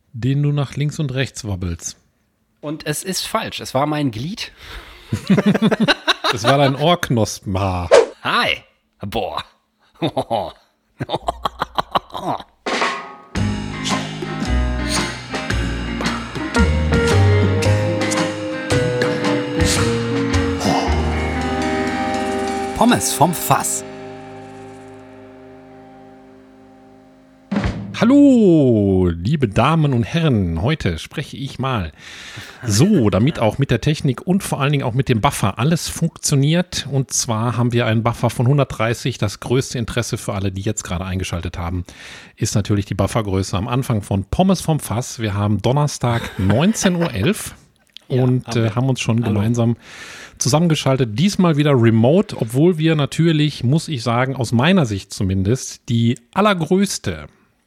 den du nach links und rechts wobbelst. Und es ist falsch. Es war mein Glied. Das war dein Ohrknospenhaar. Hi. Boah. Pommes vom Fass. Hallo, liebe Damen und Herren, heute spreche ich mal so, damit auch mit der Technik und vor allen Dingen auch mit dem Buffer alles funktioniert. Und zwar haben wir einen Buffer von 130. Das größte Interesse für alle, die jetzt gerade eingeschaltet haben, ist natürlich die Buffergröße am Anfang von Pommes vom Fass. Wir haben Donnerstag 19.11 Uhr und haben uns schon gemeinsam zusammengeschaltet. Diesmal wieder remote, obwohl wir natürlich, muss ich sagen, aus meiner Sicht zumindest, die allergrößte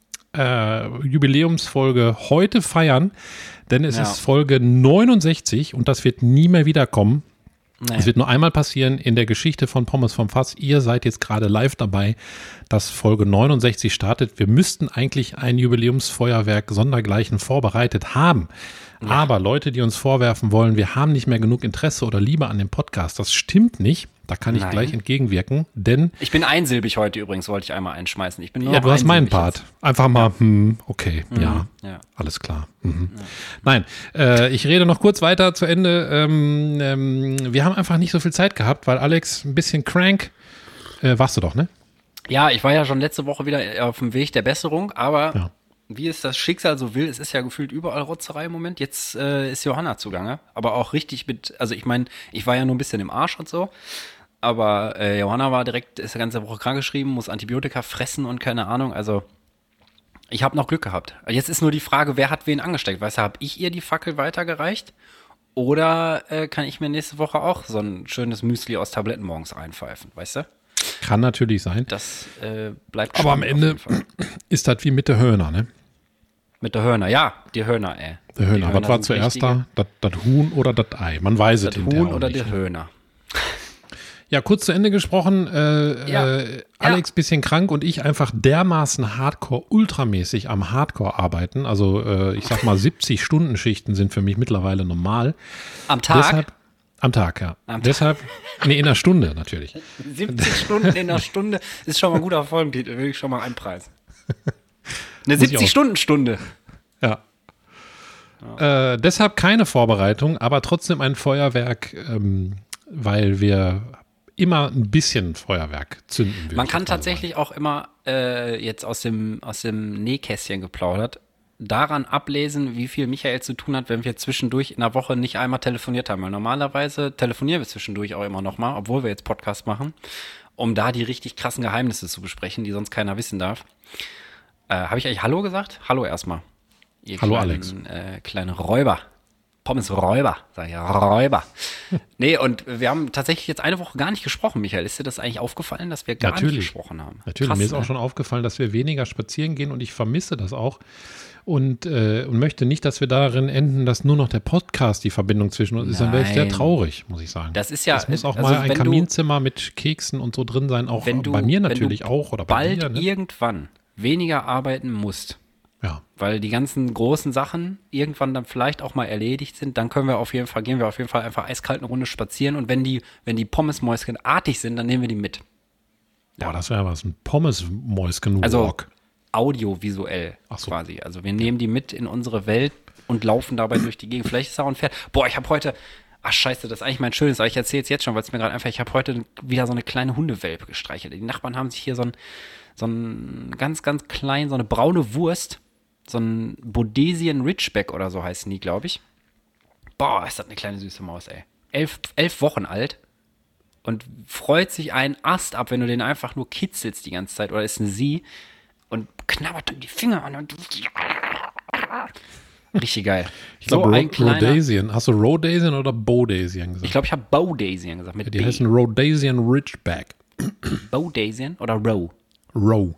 Jubiläumsfolge heute feiern, denn es ist Folge 69 und das wird nie mehr wiederkommen. Naja. Es wird nur einmal passieren in der Geschichte von Pommes vom Fass. Ihr seid jetzt gerade live dabei, dass Folge 69 startet. Wir müssten eigentlich ein Jubiläumsfeuerwerk sondergleichen vorbereitet haben. Ja. Aber Leute, die uns vorwerfen wollen, wir haben nicht mehr genug Interesse oder Liebe an dem Podcast, das stimmt nicht. Da kann ich gleich entgegenwirken, denn... Ich bin einsilbig heute übrigens, wollte ich einmal einschmeißen. Ich bin nur du hast meinen Part. Jetzt. Einfach mal, okay, ja, alles klar. Mhm. Ja. Nein, ich rede noch kurz weiter zu Ende. Wir haben einfach nicht so viel Zeit gehabt, weil Alex ein bisschen crank, warst du doch, ne? Ja, ich war ja schon letzte Woche wieder auf dem Weg der Besserung, aber wie es das Schicksal so will, es ist ja gefühlt überall Rotzerei im Moment. Jetzt ist Johanna zugange, aber auch richtig mit, also ich meine, ich war ja nur ein bisschen im Arsch und so, aber Johanna war direkt, ist die ganze Woche krankgeschrieben, muss Antibiotika fressen und keine Ahnung, also ich habe noch Glück gehabt. Jetzt ist nur die Frage, wer hat wen angesteckt? Weißt du, habe ich ihr die Fackel weitergereicht oder kann ich mir nächste Woche auch so ein schönes Müsli aus Tabletten morgens reinpfeifen, weißt du? Kann natürlich sein. Das bleibt aber am Ende ist das wie mit der Hörner, ne? Mit der Hörner, ja, die Hörner, ey. Der Hörner, was war zuerst da? Das Huhn oder das Ei? Man weiß es hinterher. Das Huhn oder die Hörner. Ja, kurz zu Ende gesprochen, Alex bisschen krank und ich einfach dermaßen Hardcore-ultramäßig am Hardcore arbeiten. Also ich sag mal 70-Stunden-Schichten sind für mich mittlerweile normal. Am Tag? Am Tag, ja. Deshalb, in einer Stunde natürlich. 70 Stunden in einer Stunde ist schon mal ein guter Folgentitel, will ich schon mal einpreisen. Eine 70-Stunden-Stunde. Ja. Deshalb keine Vorbereitung, aber trotzdem ein Feuerwerk, weil wir immer ein bisschen Feuerwerk zünden. Man kann tatsächlich auch immer jetzt aus dem Nähkästchen geplaudert, daran ablesen, wie viel Michael zu tun hat, wenn wir zwischendurch in der Woche nicht einmal telefoniert haben. Weil normalerweise telefonieren wir zwischendurch auch immer noch mal, obwohl wir jetzt Podcast machen, um da die richtig krassen Geheimnisse zu besprechen, die sonst keiner wissen darf. Habe ich eigentlich Hallo gesagt? Hallo erstmal. Hallo Alex. Kleine Räuber. Pommes-Räuber, sag ich ja, Räuber. Nee, und wir haben tatsächlich jetzt eine Woche gar nicht gesprochen, Michael. Ist dir das eigentlich aufgefallen, dass wir gar nicht gesprochen haben? Natürlich, krass, mir ist auch schon aufgefallen, dass wir weniger spazieren gehen und ich vermisse das auch. Und möchte nicht, dass wir darin enden, dass nur noch der Podcast die Verbindung zwischen uns ist. Dann wäre ich sehr traurig, muss ich sagen. Das ist ja. Es muss auch mal ein Kaminzimmer mit Keksen und so drin sein, auch bei mir natürlich auch oder bei dir. Bald irgendwann weniger arbeiten musst, weil die ganzen großen Sachen irgendwann dann vielleicht auch mal erledigt sind, dann gehen wir auf jeden Fall einfach eiskalt eine Runde spazieren und wenn die Pommesmäuschen artig sind, dann nehmen wir die mit. Ja, das wäre was, ein Pommesmäuschen-Walk. Also audiovisuell quasi. Also wir nehmen die mit in unsere Welt und laufen dabei durch die Gegend. Vielleicht ist da auch ein Pferd. Boah, ich habe heute, scheiße, das ist eigentlich mein Schönes, aber ich erzähle es jetzt schon, weil es mir gerade einfach, ich habe heute wieder so eine kleine Hundewelpe gestreichelt. Die Nachbarn haben sich hier so ein ganz, ganz klein, so eine braune Wurst, so ein Bodesian Ridgeback oder so heißen die, glaube ich. Boah, ist das eine kleine süße Maus, ey. 11 Wochen alt und freut sich einen Ast ab, wenn du den einfach nur kitzelst die ganze Zeit, oder ist eine sie und knabbert dann die Finger an und richtig geil. Ich glaube, Rhodesian. Hast du Rhodesian oder Bodesian gesagt? Ich glaube, ich habe Bodesian gesagt. Mit die heißen Rhodesian Ridgeback. Bodesian oder Row? Row.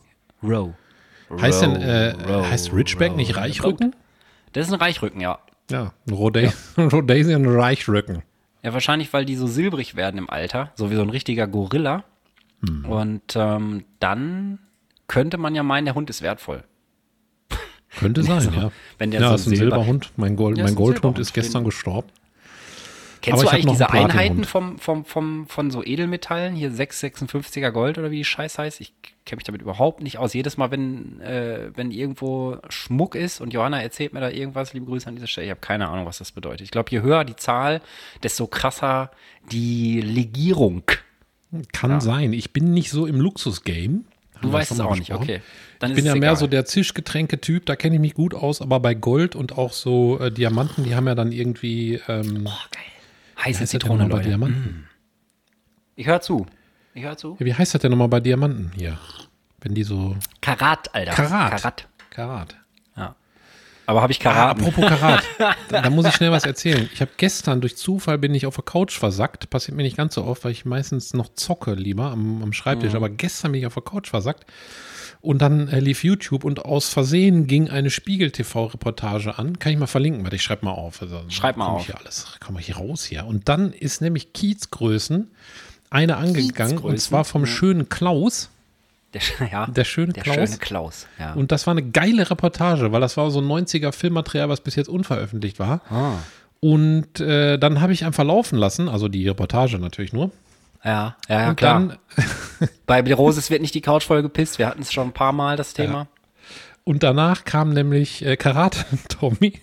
Heißt heißt Ridgeback nicht Reichrücken? Das ist ein Reichrücken, ja. Ja, ein Rhodesian Reichrücken. Ja, wahrscheinlich, weil die so silbrig werden im Alter, so wie so ein richtiger Gorilla. Und dann könnte man ja meinen, der Hund ist wertvoll. Könnte sein, ja. Wenn der Ja, so das ist ein Silberhund. Mein Goldhund ist gestern gestorben. Kennst Aber du ich hab eigentlich noch diese einen Einheiten Platinhund. von so Edelmetallen? Hier 656er Gold oder wie die Scheiß heißt? Ich kenne mich damit überhaupt nicht aus. Jedes Mal, wenn irgendwo Schmuck ist und Johanna erzählt mir da irgendwas, liebe Grüße an dieser Stelle, ich habe keine Ahnung, was das bedeutet. Ich glaube, je höher die Zahl, desto krasser die Legierung. Kann sein. Ich bin nicht so im Luxus-Game. Du weißt es auch nicht, okay. Dann Ich bin ist ja es mehr egal. so der Zischgetränke-Typ, da kenne ich mich gut aus, aber bei Gold und auch so Diamanten, die haben ja dann irgendwie Geil. Heiße heißt das denn Zitrone, nochmal bei Leute. Diamanten? Ich höre zu. Ja, wie heißt das denn nochmal bei Diamanten hier? Wenn die so. Karat, Alter. Karat. Ja. Aber habe ich Karat? Apropos Karat. da muss ich schnell was erzählen. Ich habe gestern durch Zufall bin ich auf der Couch versackt. Passiert mir nicht ganz so oft, weil ich meistens noch zocke lieber am Schreibtisch. Aber gestern bin ich auf der Couch versackt. Und dann lief YouTube und aus Versehen ging eine Spiegel-TV-Reportage an. Kann ich mal verlinken, warte, ich schreibe mal auf. Also, Schreib mal auf. Komm mal hier raus hier. Und dann ist nämlich Kiezgrößen eine angegangen. Und zwar vom schönen Klaus. Der schöne Klaus. Ja. Und das war eine geile Reportage, weil das war so ein 90er Filmmaterial, was bis jetzt unveröffentlicht war. Und dann habe ich einfach laufen lassen, also die Reportage natürlich nur. Ja, und klar. Dann, bei der Roses wird nicht die Couch voll gepisst. Wir hatten es schon ein paar Mal, das Thema. Ja. Und danach kam nämlich Karate-Tommy.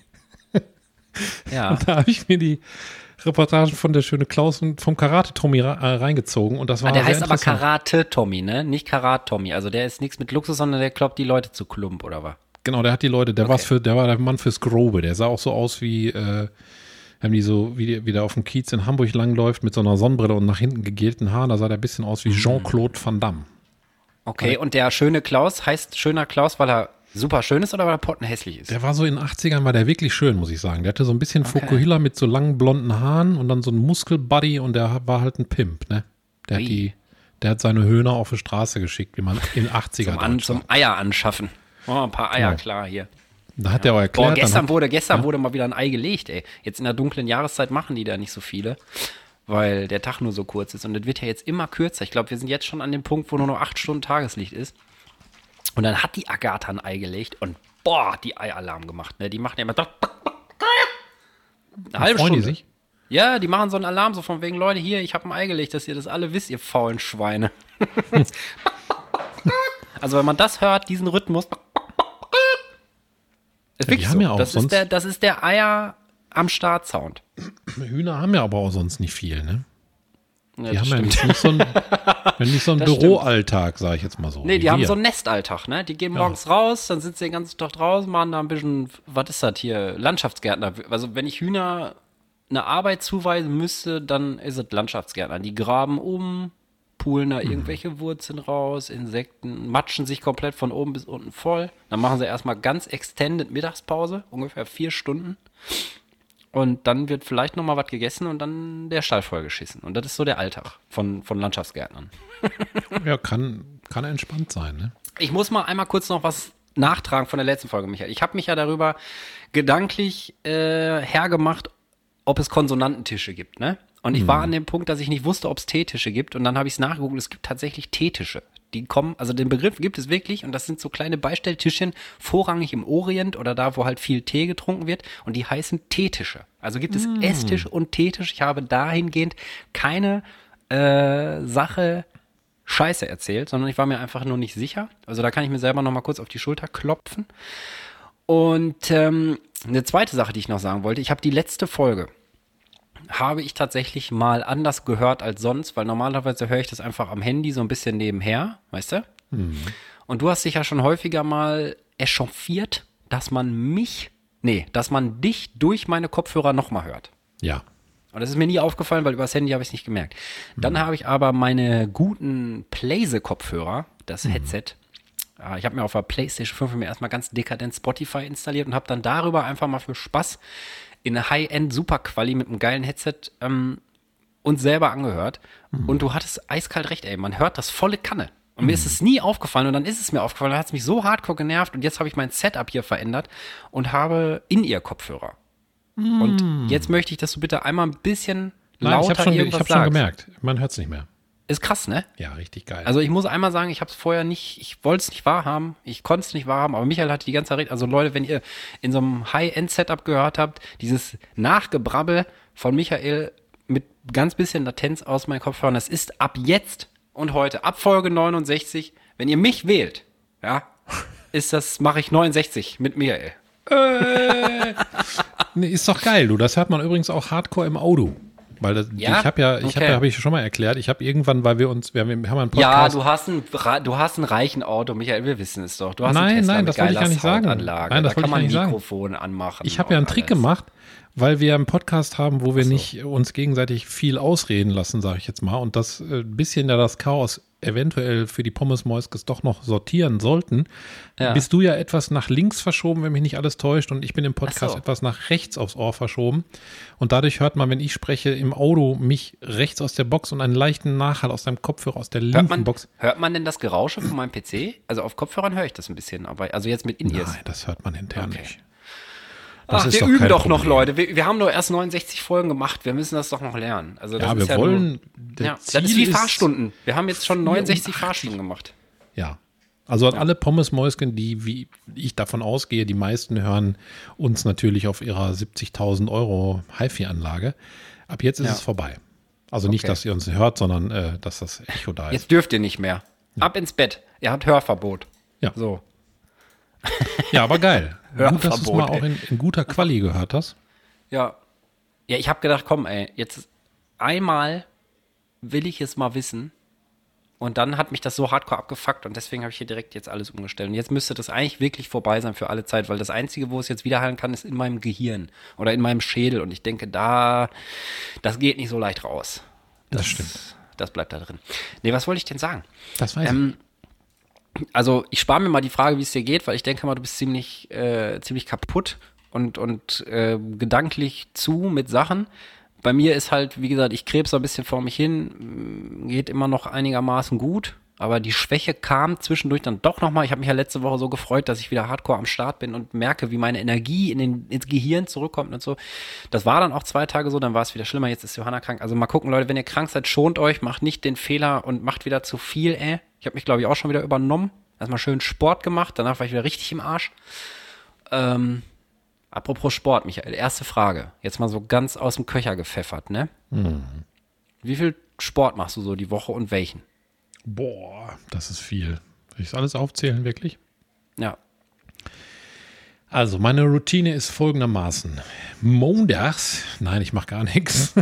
Ja. Und da habe ich mir die Reportagen von der schöne Klaus und vom Karate-Tommy reingezogen. Und das war der sehr heißt aber interessant. Karate-Tommy, ne? Nicht Karat-Tommy. Also der ist nichts mit Luxus, sondern der kloppt die Leute zu Klump, oder was? Genau, der hat die Leute, der war der Mann fürs Grobe. Der sah auch so aus wie wie der auf dem Kiez in Hamburg langläuft mit so einer Sonnenbrille und nach hinten gegelten Haaren. Da sah der ein bisschen aus wie Jean-Claude Van Damme. Okay, und der schöne Klaus heißt schöner Klaus, weil er super schön ist oder weil er pottenhässlich ist? Der war so in den 80ern, war der wirklich schön, muss ich sagen. Der hatte so ein bisschen Fukuhila mit so langen blonden Haaren und dann so ein Muskelbuddy und der war halt ein Pimp, ne? Der hat seine Höhner auf die Straße geschickt, wie man in 80er zum Eier anschaffen. Oh, ein paar Eier, klar, hier. Da hat der auch erklärt. Boah, gestern wurde mal wieder ein Ei gelegt, ey. Jetzt in der dunklen Jahreszeit machen die da nicht so viele, weil der Tag nur so kurz ist. Und das wird ja jetzt immer kürzer. Ich glaube, wir sind jetzt schon an dem Punkt, wo nur noch 8 Stunden Tageslicht ist. Und dann hat die Agatha ein Ei gelegt und boah, die Eialarm gemacht. Ne? Die machen ja immer eine halbe Stunde. Die sich? Ja, die machen so einen Alarm, so von wegen, Leute, hier, ich habe ein Ei gelegt, dass ihr das alle wisst, ihr faulen Schweine. Also wenn man das hört, diesen Rhythmus. Ist wirklich so. Ja das ist der Eier am Start-Sound. Hühner haben ja aber auch sonst nicht viel, ne? Ja, die haben ja nicht so einen Büroalltag, sage ich jetzt mal so. Nee, die haben so einen Nestalltag, ne? Die gehen morgens raus, dann sitzen sie den ganzen Tag draußen, machen da ein bisschen, was ist das hier, Landschaftsgärtner. Also wenn ich Hühner eine Arbeit zuweisen müsste, dann ist es Landschaftsgärtner. Die graben poolen da irgendwelche Wurzeln raus, Insekten, matschen sich komplett von oben bis unten voll. Dann machen sie erstmal ganz extended Mittagspause, ungefähr 4 Stunden. Und dann wird vielleicht noch mal was gegessen und dann der Stall vollgeschissen. Und das ist so der Alltag von Landschaftsgärtnern. Ja, kann entspannt sein, ne? Ich muss mal einmal kurz noch was nachtragen von der letzten Folge, Michael. Ich habe mich ja darüber gedanklich hergemacht, ob es Konsonantentische gibt, ne? Und ich war an dem Punkt, dass ich nicht wusste, ob es Teetische gibt. Und dann habe ich es nachgeguckt, es gibt tatsächlich Teetische. Die kommen, also den Begriff gibt es wirklich. Und das sind so kleine Beistelltischchen, vorrangig im Orient oder da, wo halt viel Tee getrunken wird. Und die heißen Teetische. Also gibt es Esstisch und Teetisch. Ich habe dahingehend keine Sache Scheiße erzählt, sondern ich war mir einfach nur nicht sicher. Also da kann ich mir selber noch mal kurz auf die Schulter klopfen. Und eine zweite Sache, die ich noch sagen wollte. Ich habe die letzte Folge habe ich tatsächlich mal anders gehört als sonst, weil normalerweise höre ich das einfach am Handy so ein bisschen nebenher, weißt du? Und du hast dich ja schon häufiger mal echauffiert, dass man dich durch meine Kopfhörer nochmal hört. Ja. Und das ist mir nie aufgefallen, weil über das Handy habe ich es nicht gemerkt. Dann habe ich aber meine guten Playse-Kopfhörer, das Headset, ich habe mir auf der PlayStation 5 mir erstmal ganz dekadent Spotify installiert und habe dann darüber einfach mal für Spaß in eine High-End-Super-Quali mit einem geilen Headset uns selber angehört. Und du hattest eiskalt recht, ey. Man hört das volle Kanne. Und mir ist es nie aufgefallen und dann ist es mir aufgefallen. Dann hat es mich so hardcore genervt und jetzt habe ich mein Setup hier verändert und habe In-Ear-Kopfhörer. Und jetzt möchte ich, dass du bitte einmal ein bisschen lauter ich habe schon gemerkt. Man hört es nicht mehr. Ist krass, ne? Ja, richtig geil. Also ich muss einmal sagen, ich habe es vorher nicht, ich wollte es nicht wahrhaben, ich konnte es nicht wahrhaben, aber Michael hatte die ganze Zeit, also Leute, wenn ihr in so einem High-End-Setup gehört habt, dieses Nachgebrabbel von Michael mit ganz bisschen Latenz aus meinen Kopfhörern, das ist ab jetzt und heute, ab Folge 69, wenn ihr mich wählt, ja, mache ich 69 mit Michael. Nee, ist doch geil, du. Das hört man übrigens auch hardcore im Auto. Weil das, Ja? habe ich schon mal erklärt, ich habe irgendwann, weil wir haben einen Ja, Podcast. du hast einen reichen Auto, Michael, wir wissen es doch. Du hast Nein, einen Tesla nein, mit das wollte ich geiler gar nicht sagen. Soundanlage. Nein, das Da wollte kann ich man gar nicht sagen. Mikrofon anmachen. Ich habe ja einen Trick gemacht, weil wir einen Podcast haben, wo wir Ach so. nicht uns gegenseitig viel ausreden lassen, sage ich jetzt mal. Und das bisschen ja das Chaos eventuell für die Pommes-Moiskes doch noch sortieren sollten, Ja. bist du ja etwas nach links verschoben, wenn mich nicht alles täuscht. Und ich bin im Podcast Ach so. etwas nach rechts aufs Ohr verschoben. Und dadurch hört man, wenn ich spreche, im Auto mich rechts aus der Box und einen leichten Nachhall aus deinem Kopfhörer aus der linken Box. Hört man denn das Gerausche von meinem PC? Also auf Kopfhörern höre ich das ein bisschen, aber also jetzt mit In-Ears. Nein, das hört man intern Okay. nicht. Ach, ist wir doch üben kein doch noch, Problem. Leute. Wir haben doch erst 69 Folgen gemacht. Wir müssen das doch noch lernen. Also das Ja, ist wir wollen. das ist wie Fahrstunden. Wir haben jetzt schon 69 Fahrstunden gemacht. Ja. Also an alle Pommes-Mäuschen, die, wie ich davon ausgehe, die meisten hören uns natürlich auf ihrer 70.000 Euro HiFi-Anlage. Ab jetzt ist Ja. es vorbei. Also nicht, Okay. dass ihr uns hört, sondern dass das Echo da ist. Jetzt dürft ihr nicht mehr. Ab ins Bett. Ihr habt Hörverbot. Ja. So. Ja, aber geil. Gut, dass du es Hörverbot, mal auch in guter Quali gehört hast. Ja. Ja, ich habe gedacht, komm, ey, jetzt einmal will ich es mal wissen. Und dann hat mich das so hardcore abgefuckt und deswegen habe ich hier direkt jetzt alles umgestellt. Und jetzt müsste das eigentlich wirklich vorbei sein für alle Zeit, weil das Einzige, wo es jetzt wiederhalten kann, ist in meinem Gehirn oder in meinem Schädel. Und ich denke, das geht nicht so leicht raus. Das stimmt. Das bleibt da drin. Nee, was wollte ich denn sagen? Das weiß ich. Also ich spare mir mal die Frage, wie es dir geht, weil ich denke mal, du bist ziemlich kaputt und gedanklich zu mit Sachen. Bei mir ist halt, wie gesagt, ich krebs so ein bisschen vor mich hin, geht immer noch einigermaßen gut, aber die Schwäche kam zwischendurch dann doch nochmal. Ich habe mich ja letzte Woche so gefreut, dass ich wieder hardcore am Start bin und merke, wie meine Energie ins Gehirn zurückkommt und so. Das war dann auch 2 Tage so, dann war es wieder schlimmer, jetzt ist Johanna krank. Also mal gucken, Leute, wenn ihr krank seid, schont euch, macht nicht den Fehler und macht wieder zu viel, Ich habe mich, glaube ich, auch schon wieder übernommen. Erstmal schön Sport gemacht, danach war ich wieder richtig im Arsch. Apropos Sport, Michael, erste Frage. Jetzt mal so ganz aus dem Köcher gepfeffert, ne? Wie viel Sport machst du so die Woche und welchen? Boah, das ist viel. Will ich das alles aufzählen, wirklich? Ja. Also, meine Routine ist folgendermaßen. Montags, nein, ich mache gar nichts.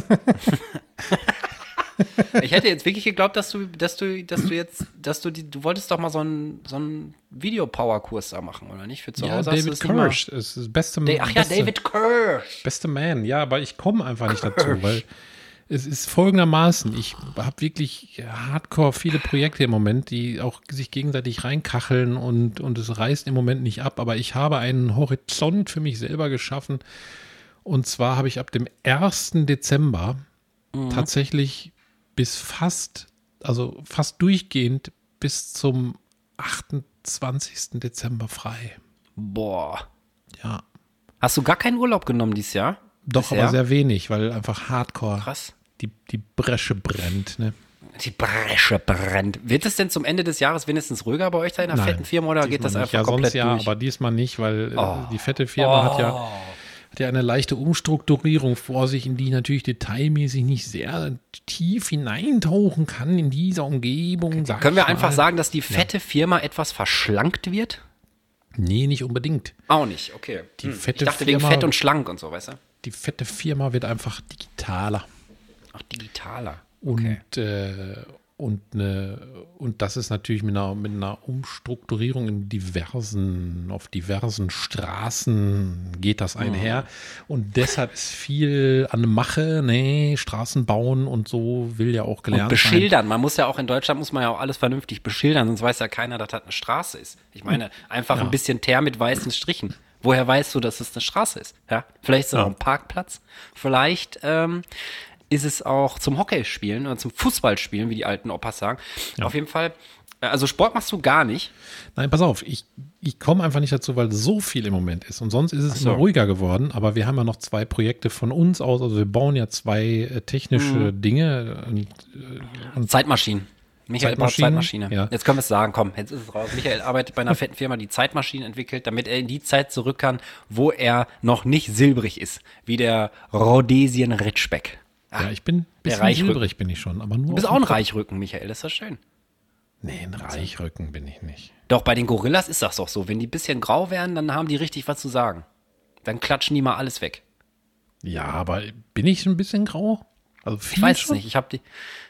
Ich hätte jetzt wirklich geglaubt, du wolltest doch mal so einen Video-Power-Kurs da machen, oder nicht? Für zu Ja, Hause hast du David das immer- Kirsch ist das beste David Kirsch. Beste Man, ja, aber ich komme einfach nicht dazu, weil es ist folgendermaßen, ich habe wirklich hardcore viele Projekte im Moment, die auch sich gegenseitig reinkacheln und es reißt im Moment nicht ab, aber ich habe einen Horizont für mich selber geschaffen und zwar habe ich ab dem 1. Dezember tatsächlich bis fast durchgehend bis zum 28. Dezember frei. Boah. Ja. Hast du gar keinen Urlaub genommen dieses Jahr? Doch, Bisher? aber sehr wenig, weil einfach hardcore Krass. die Bresche brennt. Ne? Die Bresche brennt. Wird es denn zum Ende des Jahres wenigstens ruhiger bei euch sein in der Nein, fetten Firma oder geht das Diesmal einfach nicht. Ja, komplett sonst ja, durch? aber diesmal nicht, weil die fette Firma hat ja eine leichte Umstrukturierung vor sich, in die ich natürlich detailmäßig nicht sehr tief hineintauchen kann in dieser Umgebung. sag Können wir ich einfach mal. sagen, dass die fette Firma etwas verschlankt wird? Nee, nicht unbedingt. Auch nicht, okay. Die fette Ich dachte wegen Firma- fett und schlank und so, weißt du? Die fette Firma wird einfach digitaler. Ach, digitaler. Und das ist natürlich mit einer Umstrukturierung auf diversen Straßen geht das einher. Und deshalb ist viel an Mache, Straßen bauen und so will ja auch gelernt Und beschildern. Man muss ja auch in Deutschland muss man ja auch alles vernünftig beschildern, sonst weiß ja keiner, dass das eine Straße ist. Ich meine, einfach ein bisschen Teer mit weißen Strichen. Woher weißt du, dass es eine Straße ist? Ja? Vielleicht ist es auch ein Parkplatz. Vielleicht ist es auch zum Hockeyspielen oder zum Fußballspielen, wie die alten Opas sagen. Ja. Auf jeden Fall Also Sport machst du gar nicht? Nein, pass auf, ich komme einfach nicht dazu, weil so viel im Moment ist. Und sonst ist es immer ruhiger geworden. Aber wir haben ja noch 2 Projekte von uns aus. Also wir bauen ja 2 technische Dinge. Und Zeitmaschinen. Michael baut Zeitmaschine. Ja. Jetzt können wir es sagen, komm, jetzt ist es raus. Michael arbeitet bei einer fetten Firma, die Zeitmaschinen entwickelt, damit er in die Zeit zurück kann, wo er noch nicht silbrig ist. Wie der Rhodesien Ritschbeck. Ja, ich bin ein bisschen silbrig bin ich schon. Aber nur du bist auch ein Reichrücken, Michael, das ist doch schön. Nee, ein Reichrücken bin ich nicht. Doch, bei den Gorillas ist das doch so. Wenn die ein bisschen grau werden, dann haben die richtig was zu sagen. Dann klatschen die mal alles weg. Ja, aber bin ich ein bisschen grau? Also ich weiß es nicht. Ich hab dich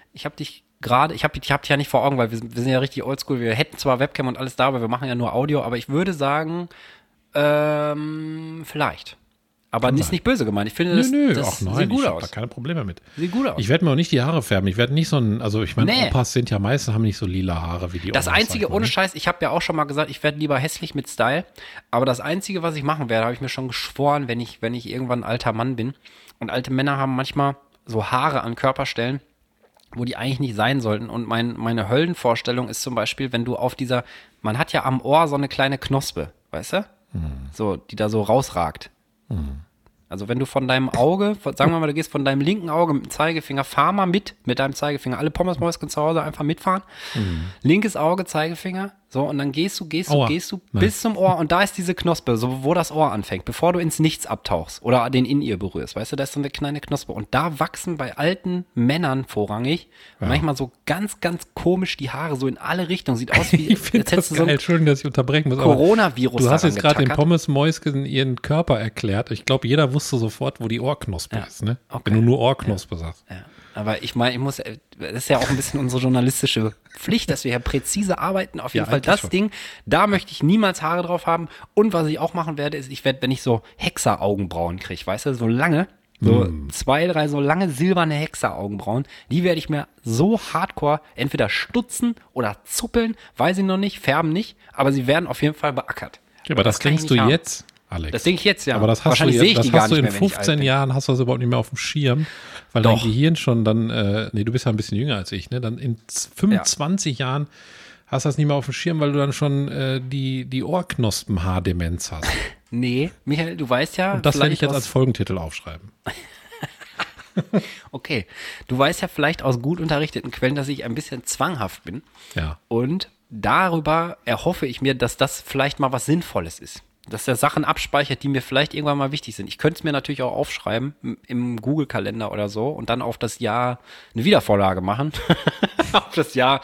ja nicht vor Augen, weil wir sind ja richtig oldschool. Wir hätten zwar Webcam und alles da, aber wir machen ja nur Audio. Aber ich würde sagen, vielleicht. Aber ist nicht böse gemeint. Ich finde, das sieht gut aus. Ich habe da keine Probleme mit. Sieht gut aus. Ich werde mir auch nicht die Haare färben. Ich werde nicht so Opas sind ja meistens, haben nicht so lila Haare wie die Das Omas, Einzige, ohne Scheiß, ich habe ja auch schon mal gesagt, ich werde lieber hässlich mit Style. Aber das Einzige, was ich machen werde, habe ich mir schon geschworen, wenn ich irgendwann ein alter Mann bin. Und alte Männer haben manchmal so Haare an Körperstellen, wo die eigentlich nicht sein sollten. Und meine Höllenvorstellung ist zum Beispiel, wenn du man hat ja am Ohr so eine kleine Knospe, weißt du? So, die da so rausragt. Also wenn du von deinem Auge, sagen wir mal, du gehst von deinem linken Auge mit dem Zeigefinger, fahr mal mit deinem Zeigefinger. Alle Pommesmäuschen zu Hause einfach mitfahren. Linkes Auge, Zeigefinger. So, und dann gehst du bis zum Ohr und da ist diese Knospe, so wo das Ohr anfängt, bevor du ins Nichts abtauchst oder den In-Ear berührst. Weißt du, da ist so eine kleine Knospe. Und da wachsen bei alten Männern vorrangig manchmal so ganz, ganz komisch die Haare so in alle Richtungen. Sieht aus wie, ich finde das geil. Entschuldigung, dass ich unterbrechen muss. Coronavirus. Du hast jetzt gerade den Pommesmäuschen ihren Körper erklärt. Ich glaube, jeder wusste sofort, wo die Ohrknospe ist, ne? Okay. Wenn du nur Ohrknospe sagst. Ja. Aber ich meine, das ist ja auch ein bisschen unsere journalistische Pflicht, dass wir ja präzise arbeiten. Auf jeden Fall das Ding, da möchte ich niemals Haare drauf haben. Und was ich auch machen werde, ist, wenn ich so Hexer-Augenbrauen kriege, weißt du, so lange, 2, 3 so lange silberne Hexer-Augenbrauen, die werde ich mir so hardcore entweder stutzen oder zuppeln, weiß ich noch nicht, färben nicht, aber sie werden auf jeden Fall beackert. Ja, aber das denkst du jetzt, Alex. Das denke ich jetzt, ja. Aber das hast du in 15 Jahren, hast du das überhaupt nicht mehr auf dem Schirm, weil dein Gehirn schon dann, du bist ja ein bisschen jünger als ich, ne? Dann in 25 Jahren hast du das nicht mehr auf dem Schirm, weil du dann schon die Ohrknospenhaardemenz hast. Nee, Michael, du weißt ja. Und das werde ich jetzt als Folgentitel aufschreiben. Okay, du weißt ja vielleicht aus gut unterrichteten Quellen, dass ich ein bisschen zwanghaft bin. Ja. Und darüber erhoffe ich mir, dass das vielleicht mal was Sinnvolles ist. Dass der Sachen abspeichert, die mir vielleicht irgendwann mal wichtig sind. Ich könnte es mir natürlich auch aufschreiben im Google-Kalender oder so und dann auf das Jahr eine Wiedervorlage machen. Auf das Jahr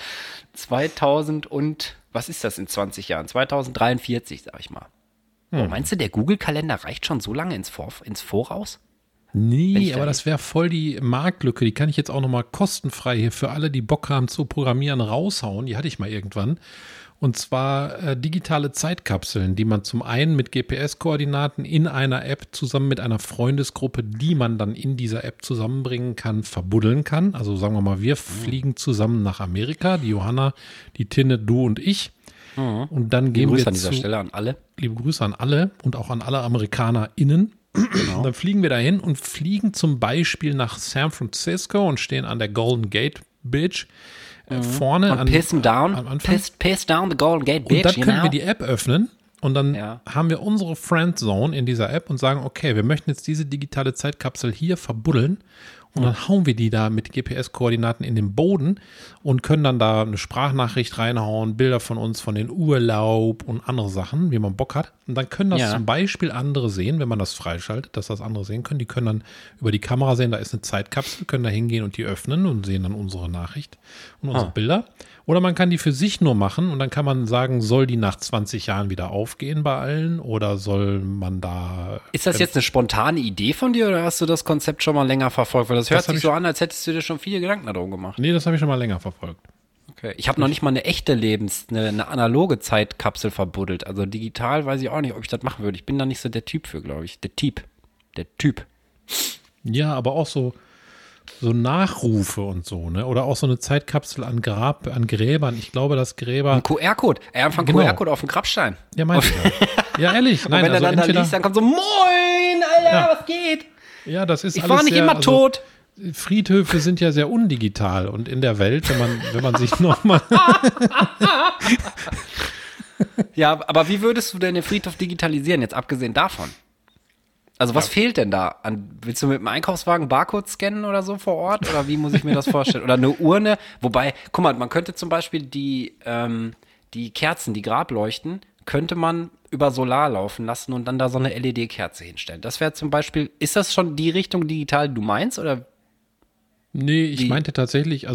2000 und, was ist das in 20 Jahren? 2043, sag ich mal. Meinst du, der Google-Kalender reicht schon so lange ins Voraus? Nee, aber das wäre voll die Marktlücke. Die kann ich jetzt auch nochmal kostenfrei hier für alle, die Bock haben zu programmieren, raushauen. Die hatte ich mal irgendwann. Und zwar digitale Zeitkapseln, die man zum einen mit GPS-Koordinaten in einer App zusammen mit einer Freundesgruppe, die man dann in dieser App zusammenbringen kann, verbuddeln kann. Also sagen wir mal, wir fliegen zusammen nach Amerika, die Johanna, die Tinne, du und ich. Und dann gehen wir an dieser Stelle an alle. Liebe Grüße an alle und auch an alle AmerikanerInnen. Genau. Dann fliegen wir dahin und fliegen zum Beispiel nach San Francisco und stehen an der Golden Gate Bridge vorne und piss down the Golden Gate Bridge. Und dann können wir die App öffnen und dann haben wir unsere Friendzone in dieser App und sagen, okay, wir möchten jetzt diese digitale Zeitkapsel hier verbuddeln. Und dann hauen wir die da mit GPS-Koordinaten in den Boden und können dann da eine Sprachnachricht reinhauen, Bilder von uns, von den Urlaub und andere Sachen, wie man Bock hat. Und dann können das zum Beispiel andere sehen, wenn man das freischaltet, dass das andere sehen können. Die können dann über die Kamera sehen, da ist eine Zeitkapsel, können da hingehen und die öffnen und sehen dann unsere Nachricht und unsere Bilder. Oder man kann die für sich nur machen und dann kann man sagen, soll die nach 20 Jahren wieder aufgehen bei allen oder soll man da... Ist das jetzt eine spontane Idee von dir oder hast du das Konzept schon mal länger verfolgt? Weil das hört sich so an, als hättest du dir schon viele Gedanken darum gemacht. Nee, das habe ich schon mal länger verfolgt. Okay. Ich habe noch nicht mal eine echte eine analoge Zeitkapsel verbuddelt. Also digital weiß ich auch nicht, ob ich das machen würde. Ich bin da nicht so der Typ für, glaube ich. Der Typ. Ja, aber auch so Nachrufe und so, ne? Oder auch so eine Zeitkapsel an Gräbern. Ich glaube, dass Gräber... Ein QR-Code. Einfach ein QR-Code auf dem Grabstein. Ja, meinst du? Ja, ehrlich. Nein, und wenn er dann da liest, dann kommt so, moin, Alter, was geht? Ja, das ist ich alles war nicht immer tot. Friedhöfe sind ja sehr undigital und in der Welt, wenn man sich nochmal. Ja, aber wie würdest du denn den Friedhof digitalisieren, jetzt abgesehen davon? Also was fehlt denn da? Willst du mit dem Einkaufswagen Barcode scannen oder so vor Ort? Oder wie muss ich mir das vorstellen? Oder eine Urne? Wobei, guck mal, man könnte zum Beispiel die Kerzen, die Grableuchten, könnte man über Solar laufen lassen und dann da so eine LED-Kerze hinstellen. Das wäre zum Beispiel, ist das schon die Richtung digital, die du meinst? Oder? Nee, ich meinte tatsächlich,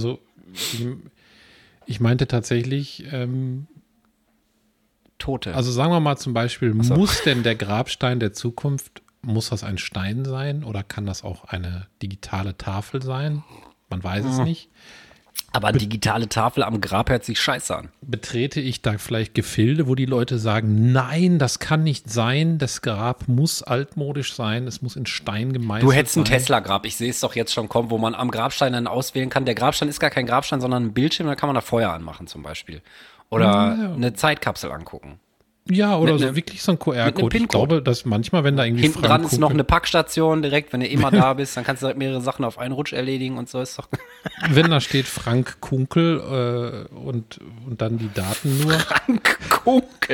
Tote. Also sagen wir mal zum Beispiel, muss denn der Grabstein der Zukunft, muss das ein Stein sein oder kann das auch eine digitale Tafel sein? Man weiß es nicht. Aber digitale Tafel am Grab hört sich scheiße an. Betrete ich da vielleicht Gefilde, wo die Leute sagen, nein, das kann nicht sein, das Grab muss altmodisch sein, es muss in Stein gemeißelt sein. Du hättest ein Tesla-Grab, ich sehe es doch jetzt schon kommen, wo man am Grabstein dann auswählen kann. Der Grabstein ist gar kein Grabstein, sondern ein Bildschirm, da kann man da Feuer anmachen zum Beispiel. Oder eine Zeitkapsel angucken. Ja, oder so wirklich so ein QR-Code. Ich glaube, dass manchmal, wenn da irgendwie hinten dran ist noch eine Packstation direkt, wenn du immer da bist, dann kannst du mehrere Sachen auf einen Rutsch erledigen und so ist doch. Wenn da steht Frank Kunkel und dann die Daten nur. Frank Kunkel.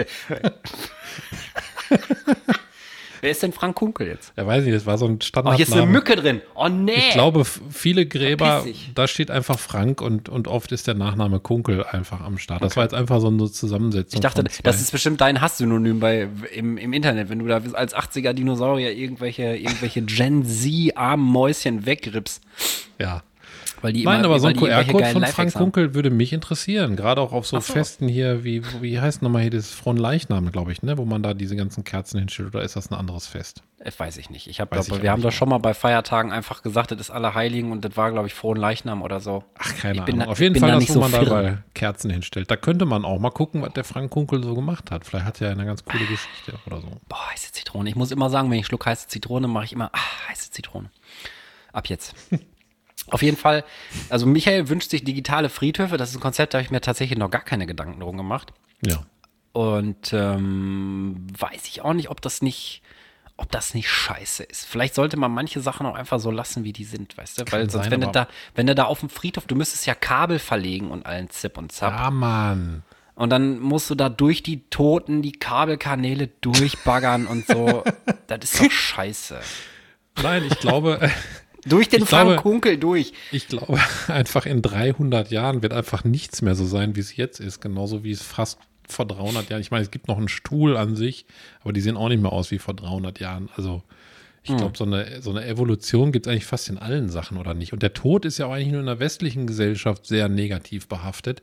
Wer ist denn Frank Kunkel jetzt? Ja, weiß nicht, das war so ein Standardname. Oh, hier ist eine Mücke drin. Oh, nee. Ich glaube, viele Gräber, da steht einfach Frank und oft ist der Nachname Kunkel einfach am Start. Das war jetzt einfach so eine Zusammensetzung. Ich dachte, das ist bestimmt dein Hasssynonym im Internet, wenn du da als 80er-Dinosaurier irgendwelche Gen Z-armen Mäuschen wegrippst. Ja. Weil die Nein, immer, aber so ein QR-Code von Lifehacks Frank haben. Kunkel würde mich interessieren. Gerade auch auf so Festen hier, wie heißt nochmal hier das Fronleichnam, glaube ich, ne? Wo man da diese ganzen Kerzen hinstellt. Oder ist das ein anderes Fest? Weiß ich nicht. Wir haben doch schon mal bei Feiertagen einfach gesagt, das ist Allerheiligen und das war, glaube ich, Fronleichnam oder so. Ach, keine Ahnung. Auf jeden Fall das, wo man da bei Kerzen hinstellt. Da könnte man auch mal gucken, was der Frank Kunkel so gemacht hat. Vielleicht hat er eine ganz coole Geschichte oder so. Boah, heiße Zitrone. Ich muss immer sagen, wenn ich einen Schluck heiße Zitrone, mache ich immer heiße Zitrone. Ab jetzt. Auf jeden Fall, also Michael wünscht sich digitale Friedhöfe. Das ist ein Konzept, da habe ich mir tatsächlich noch gar keine Gedanken drum gemacht. Ja. Und weiß ich auch nicht, ob das nicht scheiße ist. Vielleicht sollte man manche Sachen auch einfach so lassen, wie die sind, weißt du? Weil sonst, wenn du da auf dem Friedhof, du müsstest ja Kabel verlegen und allen Zip und Zap. Ja, Mann. Und dann musst du da durch die Toten, die Kabelkanäle durchbaggern und so. Das ist doch scheiße. Nein, ich glaube... Durch den Frank Kunkel durch. Ich glaube, einfach in 300 Jahren wird einfach nichts mehr so sein, wie es jetzt ist. Genauso wie es fast vor 300 Jahren. Ich meine, es gibt noch einen Stuhl an sich, aber die sehen auch nicht mehr aus wie vor 300 Jahren. Also ich glaube, so eine Evolution gibt es eigentlich fast in allen Sachen, oder nicht? Und der Tod ist ja auch eigentlich nur in der westlichen Gesellschaft sehr negativ behaftet.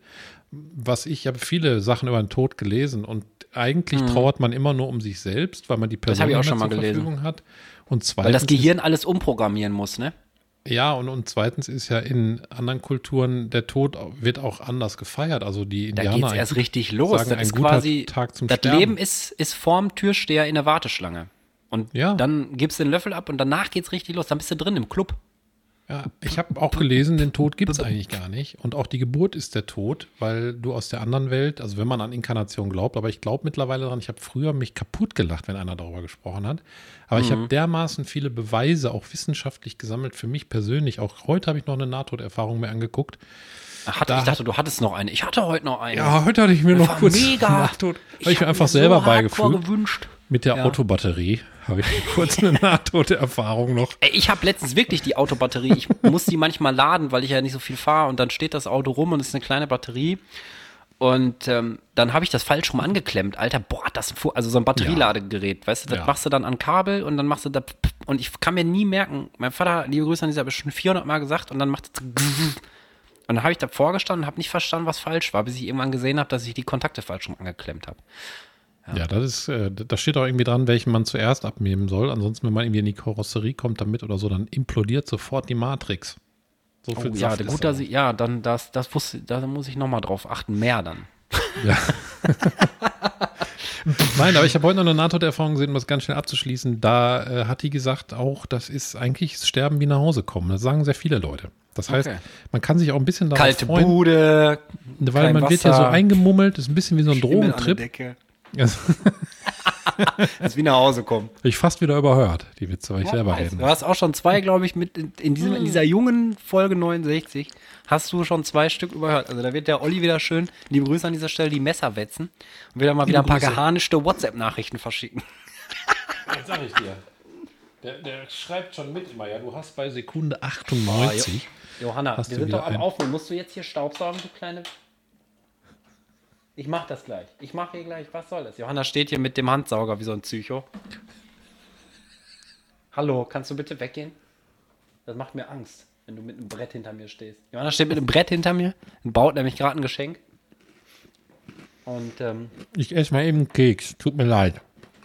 Ich habe viele Sachen über den Tod gelesen und eigentlich trauert man immer nur um sich selbst, weil man die Person nicht mehr zur Verfügung hat. Und zweitens weil das Gehirn alles umprogrammieren muss, ne? Ja, und zweitens ist ja in anderen Kulturen, der Tod wird auch anders gefeiert. Also die Indianer. Da geht's erst richtig los. Sagen, Das ist ein guter quasi, Tag zum das Sterben. Leben ist vorm Türsteher in der Warteschlange. Und dann gibst du den Löffel ab und danach geht's richtig los. Dann bist du drin im Club. Ja, ich habe auch gelesen, den Tod gibt es eigentlich gar nicht. Und auch die Geburt ist der Tod, weil du aus der anderen Welt, also wenn man an Inkarnation glaubt, aber ich glaube mittlerweile daran, ich habe früher mich kaputt gelacht, wenn einer darüber gesprochen hat. Aber ich habe dermaßen viele Beweise, auch wissenschaftlich gesammelt, für mich persönlich. Auch heute habe ich noch eine Nahtoderfahrung mir angeguckt. Ich dachte, du hattest noch eine. Ich hatte heute noch eine. Ja, heute hatte ich mir noch kurz Nahtod. Habe ich mir einfach selber beigefügt. Gewünscht. Mit der Autobatterie habe ich kurz eine Nahtoderfahrung noch. Ich habe letztens wirklich die Autobatterie. Ich muss die manchmal laden, weil ich ja nicht so viel fahre. Und dann steht das Auto rum und es ist eine kleine Batterie. Und dann habe ich das falsch rum angeklemmt. Alter, also so ein Batterieladegerät, weißt du, das machst du dann an Kabel und dann machst du da, und ich kann mir nie merken, mein Vater, liebe Grüße an dieser, habe ich schon 400 Mal gesagt und dann macht es und dann habe ich da vorgestanden und habe nicht verstanden, was falsch war, bis ich irgendwann gesehen habe, dass ich die Kontakte falsch rum angeklemmt habe. Ja, das steht auch irgendwie dran, welchen man zuerst abnehmen soll. Ansonsten, wenn man irgendwie in die Karosserie kommt damit oder so, dann implodiert sofort die Matrix. So viel Saft ist gut, dann da muss ich nochmal drauf achten, mehr dann. Ja. Nein, aber ich habe heute noch eine Nahtoderfahrung gesehen, um das ganz schnell abzuschließen. Da hat die gesagt auch, das ist eigentlich das Sterben wie nach Hause kommen. Das sagen sehr viele Leute. Das heißt, man kann sich auch ein bisschen darauf kalte freuen. Bude, weil man wird ja so eingemummelt, ist ein bisschen wie so ein Drogentrip. Decke. Das ist wie nach Hause kommen. Ich fast wieder überhört, die Witze, weil ich selber reden. Du hast auch schon 2, glaube ich, mit in dieser jungen Folge 69 hast du schon 2 Stück überhört. Also da wird der Olli wieder schön, liebe Grüße an dieser Stelle, die Messer wetzen und wieder mal wieder ein paar geharnischte WhatsApp-Nachrichten verschicken. Das sag ich dir. Der schreibt schon mit immer, ja, du hast bei Sekunde 98. Johanna, wir sind doch am Aufnehmen. Musst du jetzt hier Staubsaugen, du kleine... Ich mach das gleich. Ich mach hier gleich. Was soll das? Johanna steht hier mit dem Handsauger wie so ein Psycho. Hallo, kannst du bitte weggehen? Das macht mir Angst, wenn du mit einem Brett hinter mir stehst. Johanna steht mit einem Brett hinter mir und baut nämlich gerade ein Geschenk. Und, ich esse mal eben einen Keks. Tut mir leid.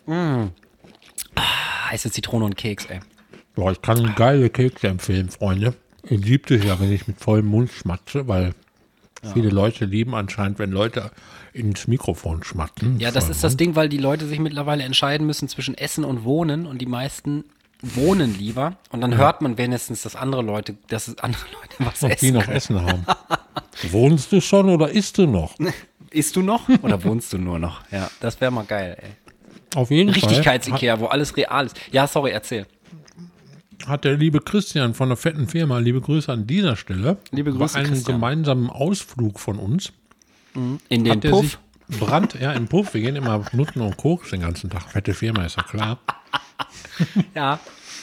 Heiße Zitrone und Keks, ey. Boah, ich kann geile Kekse empfehlen, Freunde. Ihr liebt es ja, wenn ich mit vollem Mund schmatze, weil viele Leute lieben anscheinend, wenn Leute ins Mikrofon schmatzen. Ja, das ist das Ding, weil die Leute sich mittlerweile entscheiden müssen zwischen Essen und Wohnen und die meisten wohnen lieber und dann hört man wenigstens, dass andere Leute was essen. Die noch Essen haben. Wohnst du schon oder isst du noch? Isst du noch oder wohnst du nur noch? Ja, das wäre mal geil, ey. Auf jeden Fall. Richtigkeits-Ikea, wo alles real ist. Ja, sorry, erzähl. Hat der liebe Christian von der fetten Firma, liebe Grüße an dieser Stelle, liebe Grüße, bei einem Christian. Gemeinsamen Ausflug von uns. In den Puff? Im Puff. Wir gehen immer Nutten und Koks den ganzen Tag. Fette Firma, ist ja klar. Ja.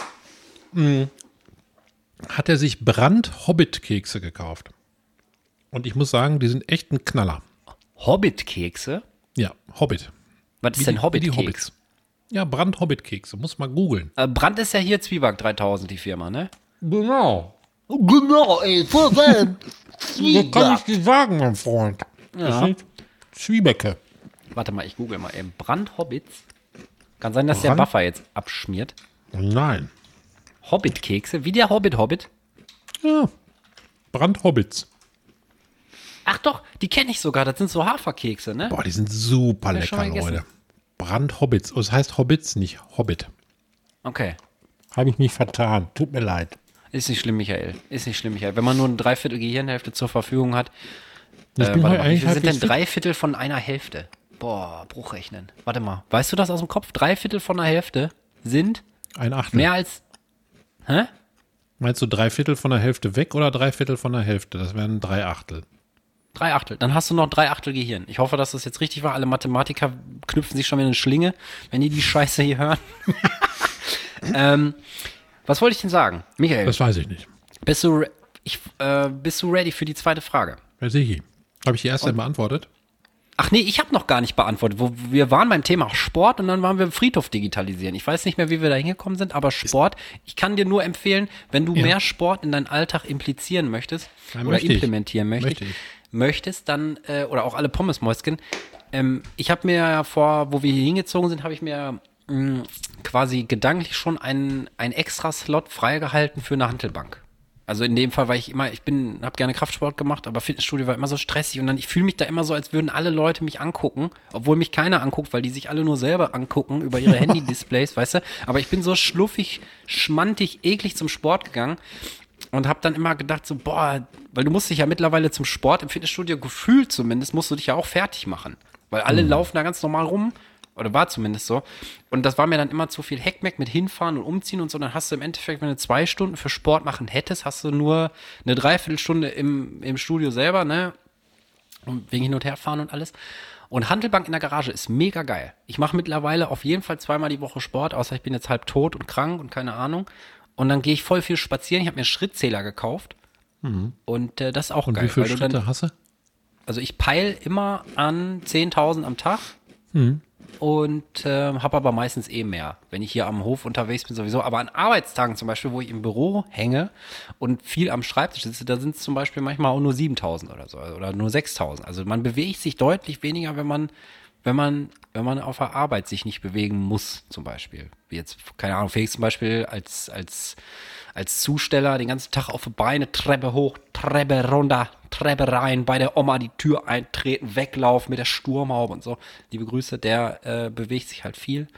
Hat er sich Brand-Hobbit-Kekse gekauft. Und ich muss sagen, die sind echt ein Knaller. Hobbit-Kekse? Ja, Hobbit. Was ist denn Hobbit-Keks? Hobbits. Ja, Brand-Hobbit-Kekse. Muss mal googeln. Brand ist ja hier Zwieback 3000, die Firma, ne? Genau. Genau, ey, voll geil. Das kann ich dir sagen, mein Freund. Das sind Zwiebäcke. Warte mal, ich google mal eben. Brand-Hobbits. Kann sein, dass der Buffer jetzt abschmiert. Nein. Hobbit-Kekse? Wie der Hobbit-Hobbit? Ja. Brand-Hobbits. Ach doch, die kenne ich sogar. Das sind so Haferkekse, ne? Boah, die sind super Hab ich schon mal lecker, gegessen. Leute. Brand-Hobbits. Oh, es heißt Hobbits, nicht Hobbit. Okay. Habe ich mich vertan. Tut mir leid. Ist nicht schlimm, Michael. Ist nicht schlimm, Michael. Wenn man nur ein Dreiviertel Gehirnhälfte zur Verfügung hat. Ich bin Warte halt mal, wie eigentlich viel sind denn halbwegs fit. 3/4 von einer Hälfte? Boah, Bruchrechnen. Warte mal. Weißt du das aus dem Kopf? 3/4 von einer Hälfte sind Ein Achtel. mehr als... Hä? Meinst du 3/4 von der Hälfte weg oder 3/4 von der Hälfte? Das wären 3/8. 3/8. Dann hast du noch 3/8 Gehirn. Ich hoffe, dass das jetzt richtig war. Alle Mathematiker knüpfen sich schon wieder eine Schlinge, wenn die Scheiße hier hören. Was wollte ich denn sagen? Michael, Das weiß ich nicht. bist du ready für die zweite Frage? Wer Sichi? Habe ich die erste beantwortet? Ach nee, ich habe noch gar nicht beantwortet. Wir waren beim Thema Sport und dann waren wir im Friedhof digitalisieren. Ich weiß nicht mehr, wie wir da hingekommen sind, aber Sport, ich kann dir nur empfehlen, wenn du mehr Sport in deinen Alltag implizieren möchtest oder implementieren möchtest, dann, oder auch alle Pommesmäuschen, ich habe mir ja wo wir hier hingezogen sind, habe ich mir quasi gedanklich schon einen extra Slot freigehalten für eine Hantelbank. Also in dem Fall, weil ich habe gerne Kraftsport gemacht, aber Fitnessstudio war immer so stressig und dann, ich fühle mich da immer so, als würden alle Leute mich angucken, obwohl mich keiner anguckt, weil die sich alle nur selber angucken über ihre Handy-Displays, weißt du? Aber ich bin so schluffig, schmantig, eklig zum Sport gegangen und habe dann immer gedacht so, boah, weil du musst dich ja mittlerweile zum Sport im Fitnessstudio, gefühlt zumindest, musst du dich ja auch fertig machen. Weil alle laufen da ganz normal rum. Oder war zumindest so. Und das war mir dann immer zu viel Heckmeck mit hinfahren und umziehen und so. Dann hast du im Endeffekt, wenn du 2 Stunden für Sport machen hättest, hast du nur eine Dreiviertelstunde im Studio selber, ne? Und wegen hin und her fahren und alles. Und Hantelbank in der Garage ist mega geil. Ich mache mittlerweile auf jeden Fall 2-mal die Woche Sport, außer ich bin jetzt halb tot und krank und keine Ahnung. Und dann gehe ich voll viel spazieren. Ich habe mir einen Schrittzähler gekauft. Und das ist auch geil. Wie viele weil Schritte hast du? Also ich peile immer an 10.000 am Tag. Und habe aber meistens mehr, wenn ich hier am Hof unterwegs bin sowieso. Aber an Arbeitstagen zum Beispiel, wo ich im Büro hänge und viel am Schreibtisch sitze, da sind es zum Beispiel manchmal auch nur 7.000 oder so oder nur 6.000. Also man bewegt sich deutlich weniger, wenn man auf der Arbeit sich nicht bewegen muss, zum Beispiel. Wie jetzt, keine Ahnung, Felix zum Beispiel als Zusteller den ganzen Tag auf die Beine, Treppe hoch, Treppe runter, Treppe rein, bei der Oma die Tür eintreten, weglaufen mit der Sturmhaube und so. Liebe Grüße, der bewegt sich halt viel.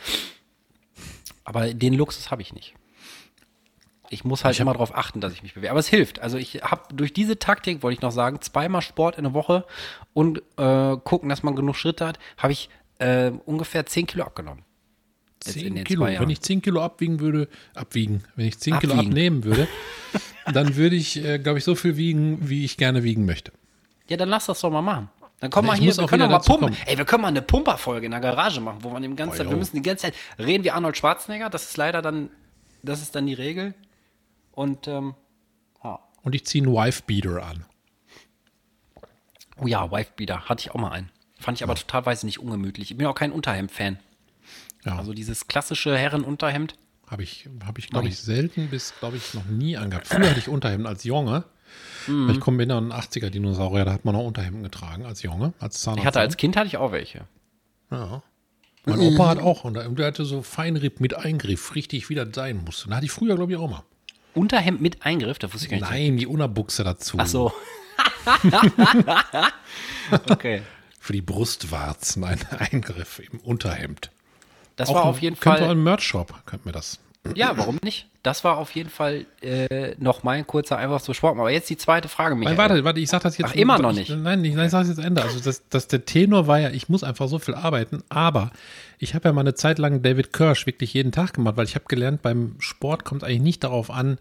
Aber den Luxus habe ich nicht. Ich muss halt immer darauf achten, dass ich mich bewege. Aber es hilft. Also ich habe durch diese Taktik, wollte ich noch sagen, 2-mal Sport in der Woche und gucken, dass man genug Schritte hat, habe ich ungefähr 10 Kilo abgenommen. 10 Kilo. Wenn ich 10 Kilo wenn ich 10 Kilo abnehmen würde, dann würde ich, glaube ich, so viel wiegen, wie ich gerne wiegen möchte. Ja, dann lass das doch mal machen. Dann komm mal hier, wir können mal pumpen. Ey, wir können mal eine Pumperfolge in der Garage machen, wo wir wir müssen die ganze Zeit reden wie Arnold Schwarzenegger, das ist leider dann, das ist dann die Regel. Und, Und ich ziehe einen Wife-Beater an. Oh ja, Wife-Beater, hatte ich auch mal einen. Fand ich aber total nicht ungemütlich. Ich bin auch kein Unterhemd-Fan. Ja. Also dieses klassische Herrenunterhemd. Habe ich glaube ich, selten bis, glaube ich, noch nie angehabt. Früher hatte ich Unterhemden als Junge. Ich komme in den 80er-Dinosaurier, da hat man noch Unterhemden getragen als Junge, als Zahnarzt. Als Kind hatte ich auch welche. Ja. Mein Opa hat auch Unterhemd. Der hatte so Feinripp mit Eingriff, richtig wie das sein musste. Da hatte ich früher, glaube ich, auch mal. Unterhemd mit Eingriff? Da wusste ich gar nicht. Nein, die Unterbuchse dazu. Ach so. Okay. Für die Brustwarzen ein Eingriff im Unterhemd. Das war auf jeden Fall. Könnte ein Merch-Shop, könnte mir das. Ja, warum nicht? Das war auf jeden Fall noch mein kurzer einfach so Sport. Aber jetzt die zweite Frage, Michael. Warte, ich sag das jetzt. Ach, immer noch nicht? Nein, ich sag das jetzt Ende. Also der Tenor war ja, ich muss einfach so viel arbeiten, aber ich habe ja mal eine Zeit lang David Kirsch wirklich jeden Tag gemacht, weil ich habe gelernt, beim Sport kommt es eigentlich nicht darauf an,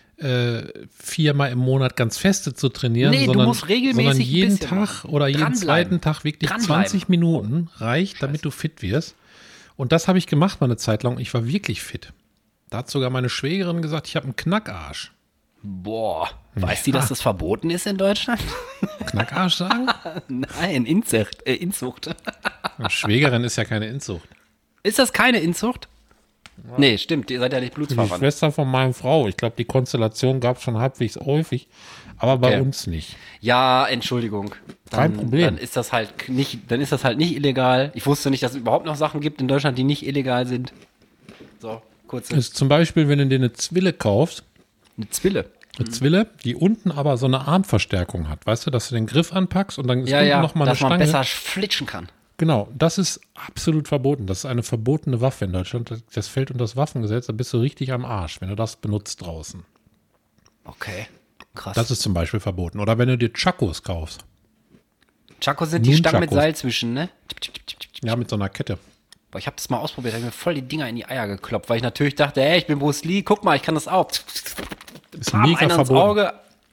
4-mal im Monat ganz feste zu trainieren, du musst regelmäßig sondern jeden Tag oder jeden zweiten Tag wirklich 20 Minuten reicht, damit du fit wirst. Und das habe ich gemacht mal eine Zeit lang. Ich war wirklich fit. Da hat sogar meine Schwägerin gesagt, ich habe einen Knackarsch. Boah, weiß die, dass das verboten ist in Deutschland? Knackarsch sagen? Nein, Inzucht. Schwägerin ist ja keine Inzucht. Ist das keine Inzucht? Ja. Nee, stimmt, ihr seid ja nicht blutsverwandt. Die Schwester von meiner Frau. Ich glaube, die Konstellation gab es schon halbwegs häufig, aber bei uns nicht. Ja, Entschuldigung. Kein Problem. Dann ist das halt nicht illegal. Ich wusste nicht, dass es überhaupt noch Sachen gibt in Deutschland, die nicht illegal sind. So, kurz. Das ist zum Beispiel, wenn du dir eine Zwille kaufst. Eine Zwille? Eine Zwille, die unten aber so eine Armverstärkung hat. Weißt du, dass du den Griff anpackst und dann ist unten nochmal eine Stange. Dass man besser flitschen kann. Genau, das ist absolut verboten. Das ist eine verbotene Waffe in Deutschland. Das fällt unter das Waffengesetz, da bist du richtig am Arsch, wenn du das benutzt draußen. Okay, krass. Das ist zum Beispiel verboten. Oder wenn du dir Chacos kaufst. Chacos sind die Stangen mit Seil zwischen, ne? Ja, mit so einer Kette. Boah, ich habe das mal ausprobiert, da habe ich mir voll die Dinger in die Eier gekloppt, weil ich natürlich dachte, ey, ich bin Bruce Lee, guck mal, ich kann das auch. Ist mega verboten. Auge.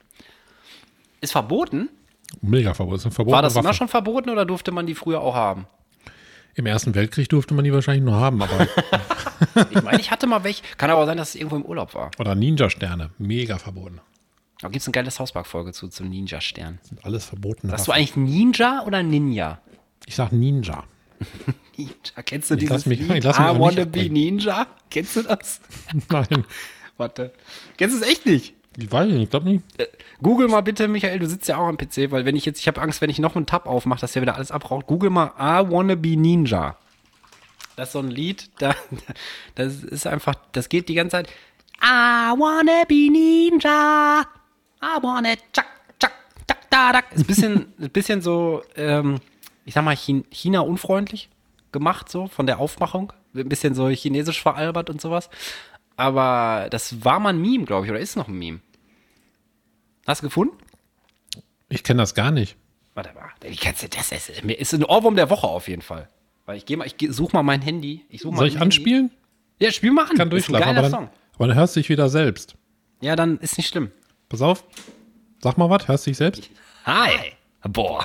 Ist verboten? Mega verboten. Ist eine verbotene War das Waffe. immer schon verboten oder durfte man die früher auch haben? Im Ersten Weltkrieg durfte man die wahrscheinlich nur haben, aber. Ich meine, ich hatte mal welche. Kann aber sein, dass es irgendwo im Urlaub war. Oder Ninja-Sterne. Mega verboten. Da gibt es eine geile Hauspark-Folge zu Ninja-Stern. Sind alles verbotene Sagst du eigentlich Ninja oder Ninja? Ich sag Ninja. Ninja. Kennst du dieses Lied? I wanna be Ninja? Kennst du das? Nein. Warte. Kennst du es echt nicht? Ich weiß nicht, ich glaube nicht. Google mal bitte, Michael, du sitzt ja auch am PC, weil ich habe Angst, wenn ich noch einen Tab aufmache, dass der wieder alles abraucht. Google mal I wanna be Ninja. Das ist so ein Lied, das ist einfach, das geht die ganze Zeit. I wanna be Ninja. I wanna tschak, tschak, tschak, da, da. Ist ein bisschen so, ich sag mal, China unfreundlich gemacht, so von der Aufmachung. Ein bisschen so chinesisch veralbert und sowas. Aber das war mal ein Meme, glaube ich, oder ist noch ein Meme. Hast du gefunden? Ich kenne das gar nicht. Warte mal, das ist ein Ohrwurm der Woche auf jeden Fall. Weil ich suche mal mein Handy. Soll ich anspielen? Ja, spiel mal an. Kann durchschlafen, aber dann hörst du dich wieder selbst. Ja, dann ist nicht schlimm. Pass auf. Sag mal was, hörst du dich selbst? Hi. Boah.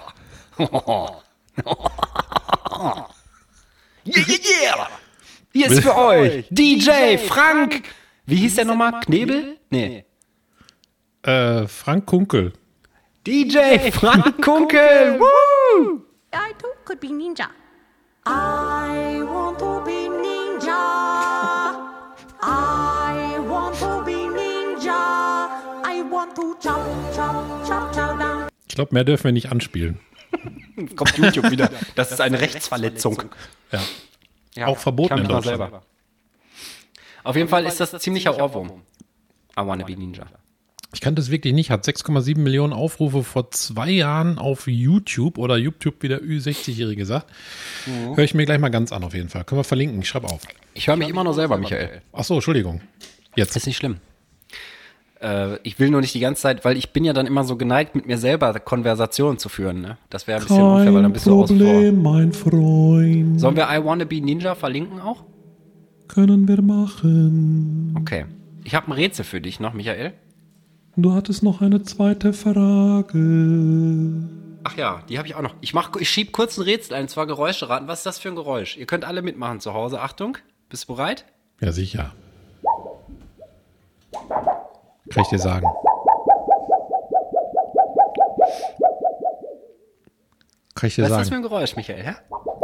Yeah. Hier ist für euch DJ Frank. Wie hieß der nochmal? Knebel? Nee. Frank Kunkel. DJ Frank Kunkel. Woo! I too could be ninja. I want to be ninja. I want to be ninja. I want to chop, chop, chop, chop down. Ich glaube, mehr dürfen wir nicht anspielen. Kommt YouTube wieder. Das ist eine Rechtsverletzung. Ja. Auch verboten in Deutschland. Selber. Auf jeden Fall ist das ein ziemlicher Ohrwurm. I wanna be Ninja. Ich kannte es wirklich nicht. Hat 6,7 Millionen Aufrufe vor 2 Jahren auf YouTube oder YouTube, wie der Ü60-Jährige sagt. Höre ich mir gleich mal ganz an auf jeden Fall. Können wir verlinken. Ich schreibe auf. Ich höre mich immer noch selber, Michael. Achso, Entschuldigung. Jetzt. Ist nicht schlimm. Ich will nur nicht die ganze Zeit, weil ich bin ja dann immer so geneigt, mit mir selber Konversationen zu führen. Ne? Das wäre ein bisschen unfair, weil dann bist du außen vor. Mein Freund. Sollen wir I Wanna Be Ninja verlinken auch? Können wir machen. Okay. Ich habe ein Rätsel für dich noch, Michael. Du hattest noch eine zweite Frage. Ach ja, die habe ich auch noch. Ich schieb kurz ein Rätsel ein, und zwar Geräusche raten. Was ist das für ein Geräusch? Ihr könnt alle mitmachen zu Hause. Achtung, bist du bereit? Ja, sicher. Kann ich dir sagen. Kann ich dir Was ist sagen. das für ein Geräusch, Michael? Ja?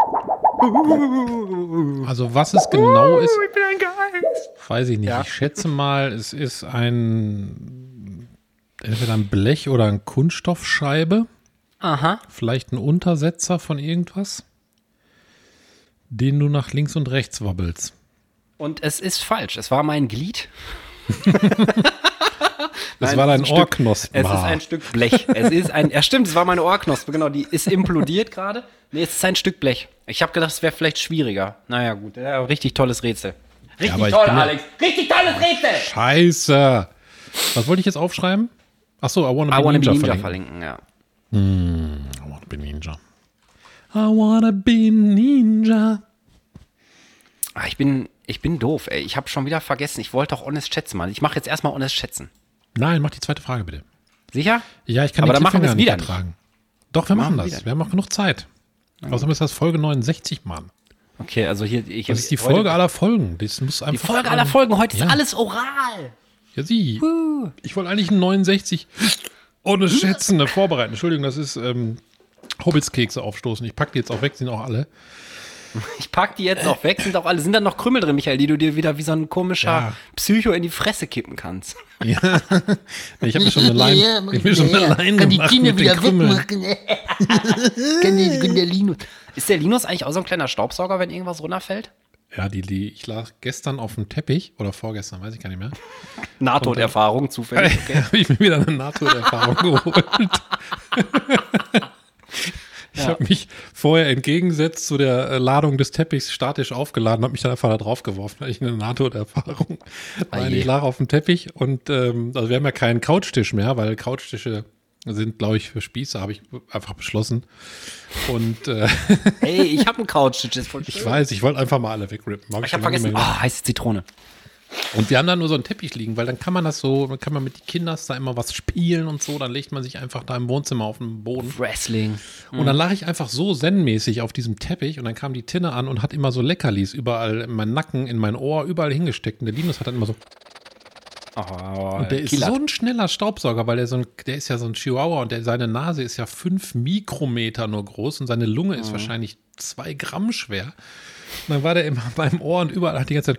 Also was es genau ist, Ich bin ein Geist. weiß ich nicht. Ja. Ich schätze mal, es ist entweder ein Blech oder eine Kunststoffscheibe. Aha. Vielleicht ein Untersetzer von irgendwas, den du nach links und rechts wabbelst. Und es ist falsch. Es war mein Glied. Das Nein, war es dein ist ein Stück- Ohrknospen. Es ist ein Stück Blech. Stimmt, es war meine Ohrknospe, genau, die ist implodiert gerade. Nee, es ist ein Stück Blech. Ich habe gedacht, es wäre vielleicht schwieriger. Naja, gut, ja, richtig tolles Rätsel. Richtig aber ich toll, bin ja- Alex. Richtig tolles Rätsel. Scheiße. Was wollte ich jetzt aufschreiben? Achso, I wanna I be wanna be Ninja Ninja verlinken. verlinken, ja. I wanna be Ninja. I wanna be Ninja. Ah, ich bin doof, ey. Ich habe schon wieder vergessen. Ich wollte doch Honest schätzen, Mann. Ich mache jetzt erstmal Honest schätzen. Nein, mach die zweite Frage bitte. Sicher? Ja, ich kann Aber den dann machen wir es Cliffhanger wieder nicht ertragen. Doch, wir machen wir das. wieder. Wir haben auch genug Zeit. Außerdem ist das Folge 69, Mann. Okay, also hier. Das ist die Folge aller Folgen. Das muss Die einfach Folge aller Folgen. Heute Ja. ist alles oral. Ja, sie. Ich wollte eigentlich einen 69 ohne Schätzen vorbereiten. Entschuldigung, das ist Hobbitskekse aufstoßen. Ich packe die jetzt auch weg, sind auch alle. Ich pack die jetzt auch weg. Sind dann noch Krümel drin, Michael, die du dir wieder wie so ein komischer Ja. Psycho in die Fresse kippen kannst. Ja. Ich habe mir schon eine Line, Kann die gemacht Kinder mit den wieder Krümmeln. wegmachen. Kann der Linus. Ist der Linus eigentlich auch so ein kleiner Staubsauger, wenn irgendwas runterfällt? Ja, ich lag gestern auf dem Teppich oder vorgestern, weiß ich gar nicht mehr. Nahtoderfahrung zufällig. Okay. Habe ich mir wieder eine NATO-Erfahrung geholt. Ich habe mich vorher entgegengesetzt zu der Ladung des Teppichs statisch aufgeladen, habe mich dann einfach da drauf geworfen, hatte ich eine NATO-Erfahrung. Weil ich lag auf dem Teppich und also wir haben ja keinen Couchtisch mehr, weil Couchtische sind, glaube ich, für Spießer, habe ich einfach beschlossen. Und Ey, ich habe einen Couchtisch, ist voll schön. ich weiß, ich wollte einfach mal alle wegrippen. Ich habe schon lange nicht vergessen, mehr gemacht. heiße Zitrone. Und wir haben da nur so einen Teppich liegen, weil dann kann man kann man mit den Kindern da immer was spielen und so, dann legt man sich einfach da im Wohnzimmer auf den Boden. Wrestling. Und dann lag ich einfach so zen-mäßig auf diesem Teppich und dann kam die Tinne an und hat immer so Leckerlis überall in meinen Nacken, in mein Ohr, überall hingesteckt. Und der Linus hat dann immer so, Oh, und der ist so ein schneller Staubsauger, weil der ist ja so ein Chihuahua und seine Nase ist ja 5 Mikrometer nur groß und seine Lunge ist wahrscheinlich 2 Gramm schwer. Und dann war der immer beim Ohr und überall hat die ganze Zeit.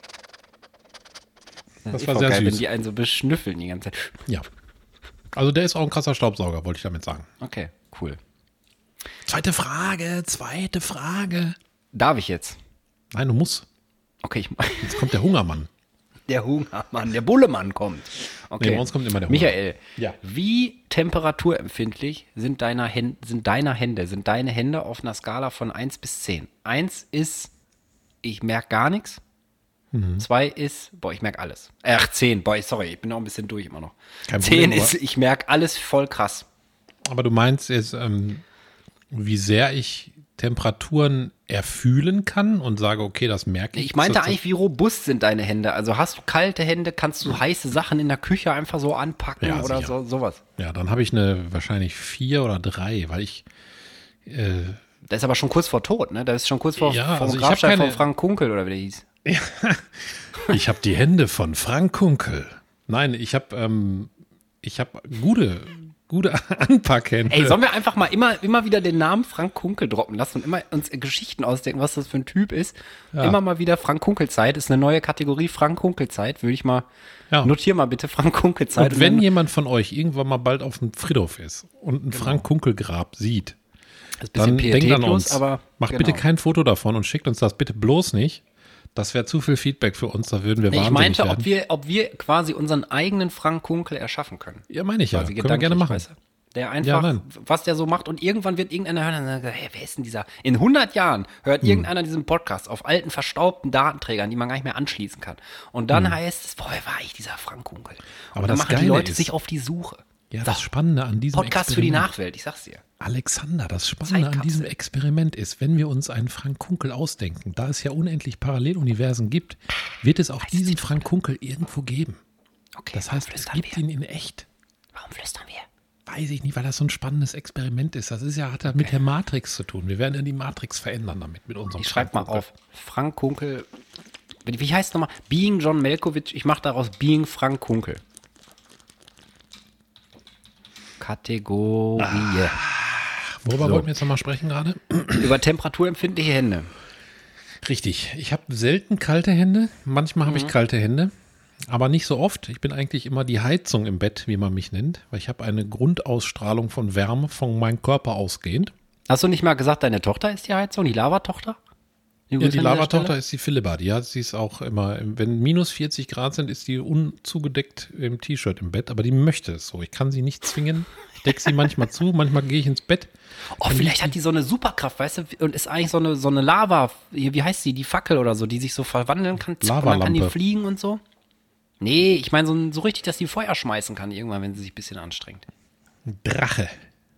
Das war sehr geil, süß. wenn die einen so beschnüffeln die ganze Zeit. Ja. Also der ist auch ein krasser Staubsauger, wollte ich damit sagen. Okay, cool. Zweite Frage. Darf ich jetzt? Nein, du musst. Okay, Jetzt kommt der Hungermann. der Hungermann, der Bullemann kommt. Okay. Nee, bei uns kommt immer der Hungermann. Michael, Ja. wie temperaturempfindlich sind deine Hände auf einer Skala von 1 bis 10? 1 ist, ich merke gar nichts. 2 ist, ich merke alles. 10, sorry, ich bin auch ein bisschen durch immer noch. Kein 10 Problem, ist, ich merke alles voll krass. Aber du meinst jetzt, wie sehr ich Temperaturen erfühlen kann und sage, okay, das merke ich. Ich meinte Das- eigentlich, wie robust sind deine Hände? Also hast du kalte Hände, kannst du heiße Sachen in der Küche einfach so anpacken Ja, oder sicher. sowas? Ja, dann habe ich wahrscheinlich 4 oder 3, weil ich. Das ist aber schon kurz vor Tod, ne? Das ist schon kurz vor Ja, vom also ich hab Grabstein keine- von Frank Kunkel oder wie der hieß. Ich habe die Hände von Frank Kunkel. Nein, ich habe gute Anpackhände. Ey, sollen wir einfach mal immer wieder den Namen Frank Kunkel droppen lassen und immer uns Geschichten ausdenken, was das für ein Typ ist? Ja. Immer mal wieder Frank Kunkel-Zeit ist eine neue Kategorie, Frank Kunkel-Zeit, würde ich mal, Ja. notier mal bitte Frank Kunkel-Zeit. Und wenn dann- jemand von euch irgendwann mal bald auf dem Friedhof ist und ein Frank Kunkel Grab sieht, ist ein bisschen dann denkt an pietätlos, uns. aber Macht genau. bitte kein Foto davon und schickt uns das bitte bloß nicht. Das wäre zu viel Feedback für uns, da würden wir Nee, ich wahnsinnig meinte, werden. ob wir quasi unseren eigenen Frank Kunkel erschaffen können. Ja, meine ich ja. Quasi Können wir gerne gedanklich, machen. weißt du? Der Ja, einfach, nein. was der so macht und irgendwann wird irgendeiner hören und sagt, hey, wer ist denn dieser? In 100 Jahren hört Hm. irgendeiner diesen Podcast auf alten, verstaubten Datenträgern, die man gar nicht mehr anschließen kann. Und dann heißt es, wer war ich, dieser Frank Kunkel? Hm. Aber Und dann das machen die Geile Leute ist- sich auf die Suche. Ja, das Spannende an diesem Podcast für die Nachwelt, ich sag's dir. Alexander, das Spannende an diesem Experiment ist, wenn wir uns einen Frank Kunkel ausdenken, da es ja unendlich Paralleluniversen gibt, wird es auch diesen Frank Kunkel irgendwo geben. Okay, das heißt, es gibt ihn in echt. Warum flüstern wir? Weiß ich nicht, weil das so ein spannendes Experiment ist. Das ist ja, hat ja mit der Matrix zu tun. Wir werden ja die Matrix verändern damit, mit unserem Ich schreibe mal auf. Frank Kunkel. Wie heißt es nochmal? Being John Malkovich. Ich mache daraus Being Frank Kunkel. Kategorie. Worüber wollten wir jetzt nochmal sprechen gerade? Über temperaturempfindliche Hände. Richtig. Ich habe selten kalte Hände. Manchmal habe ich kalte Hände. Aber nicht so oft. Ich bin eigentlich immer die Heizung im Bett, wie man mich nennt. Weil ich habe eine Grundausstrahlung von Wärme von meinem Körper ausgehend. Hast du nicht mal gesagt, deine Tochter ist die Heizung? Die Lava-Tochter? Ja, die Lava-Tochter ist die Philippa. Ja, sie ist auch immer, wenn minus 40 Grad sind, ist die unzugedeckt im T-Shirt im Bett. Aber die möchte es so. Ich kann sie nicht zwingen. Ich decke sie manchmal zu. Manchmal gehe ich ins Bett. Oh, vielleicht hat die so eine Superkraft, weißt du? Und ist eigentlich so eine Lava, wie heißt die Fackel oder so, die sich so verwandeln kann. Lavalampe. Dann kann die fliegen und so. Nee, ich meine so richtig, dass die Feuer schmeißen kann irgendwann, wenn sie sich ein bisschen anstrengt. Drache.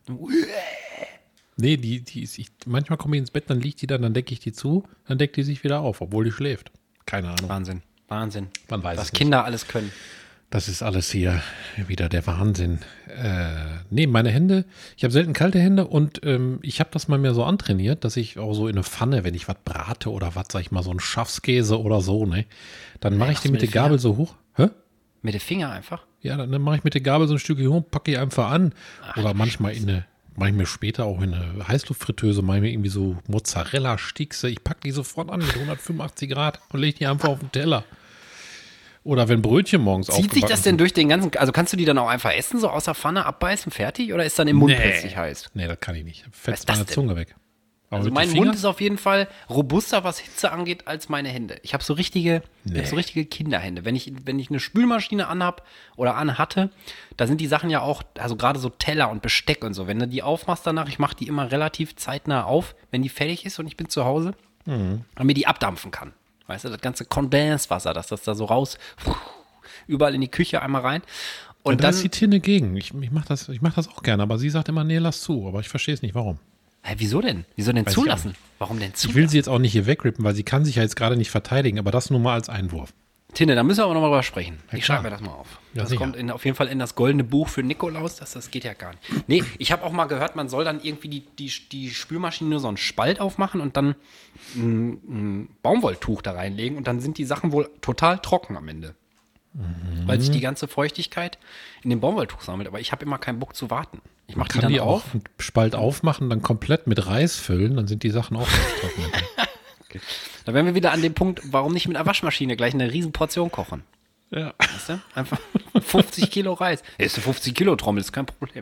Nee, die ist, manchmal komme ich ins Bett, dann liegt die dann decke ich die zu, dann deckt die sich wieder auf, obwohl die schläft. Keine Ahnung. Wahnsinn. Man weiß was es nicht. Kinder alles können. Das ist alles hier wieder der Wahnsinn. Nee, meine Hände, ich habe selten kalte Hände und ich habe das mal mehr so antrainiert, dass ich auch so in eine Pfanne, wenn ich was brate oder was, sag ich mal, so ein Schafskäse oder so, ne, dann mache ich die mit der Gabel so hoch. Hä? Mit den Fingern einfach? Ja, dann mache ich mit der Gabel so ein Stückchen hoch, packe ich einfach an. Oder manchmal mache ich mir später auch in eine Heißluftfritteuse, mache ich mir irgendwie so Mozzarella-Stickse. Ich packe die sofort an mit 185 Grad und lege die einfach auf den Teller. Oder wenn Brötchen morgens aufgebacken Zieht sich das denn durch den ganzen, also kannst du die dann auch einfach essen, so aus der Pfanne abbeißen, fertig? Oder ist dann im Mund plötzlich heiß? Nee, das kann ich nicht. Was Fetzt ist das meine denn? Zunge weg. Aber Also mit mein den Fingern- Mund ist auf jeden Fall robuster, was Hitze angeht, als meine Hände. Ich habe so richtige Kinderhände. Wenn ich eine Spülmaschine anhab oder anhatte, da sind die Sachen ja auch, also gerade so Teller und Besteck und so. Wenn du die aufmachst danach, ich mache die immer relativ zeitnah auf, wenn die fertig ist und ich bin zu Hause, damit die abdampfen kann. Weißt du, das ganze Kondenswasser, dass das da so raus, überall in die Küche einmal rein. Und da dann, ist die Tirne gegen. Ich mach das auch gerne, aber sie sagt immer, nee, lass zu. Aber ich verstehe es nicht, warum. hä, wieso denn? Wieso denn Weiß ich zulassen? Warum denn Ich zulassen? will sie jetzt auch nicht hier wegrippen, weil sie kann sich ja jetzt gerade nicht verteidigen, aber das nur mal als Einwurf. Tine, da müssen wir aber nochmal drüber sprechen. Ich klar. schreibe mir das mal auf. Ja, das sicher. kommt auf jeden Fall in das goldene Buch für Nikolaus. Das geht ja gar nicht. Nee, ich habe auch mal gehört, man soll dann irgendwie die Spülmaschine nur so einen Spalt aufmachen und dann ein Baumwolltuch da reinlegen und dann sind die Sachen wohl total trocken am Ende. Weil sich die ganze Feuchtigkeit in dem Baumwolltuch sammelt. Aber ich habe immer keinen Bock zu warten. Ich mache die Kann dann die auf. auch einen Spalt aufmachen, dann komplett mit Reis füllen, dann sind die Sachen auch trocken. Da wären wir wieder an dem Punkt, warum nicht mit einer Waschmaschine gleich eine riesen Portion kochen. Ja. Weißt du? Einfach 50 Kilo Reis. Ist eine 50 Kilo Trommel, ist kein Problem.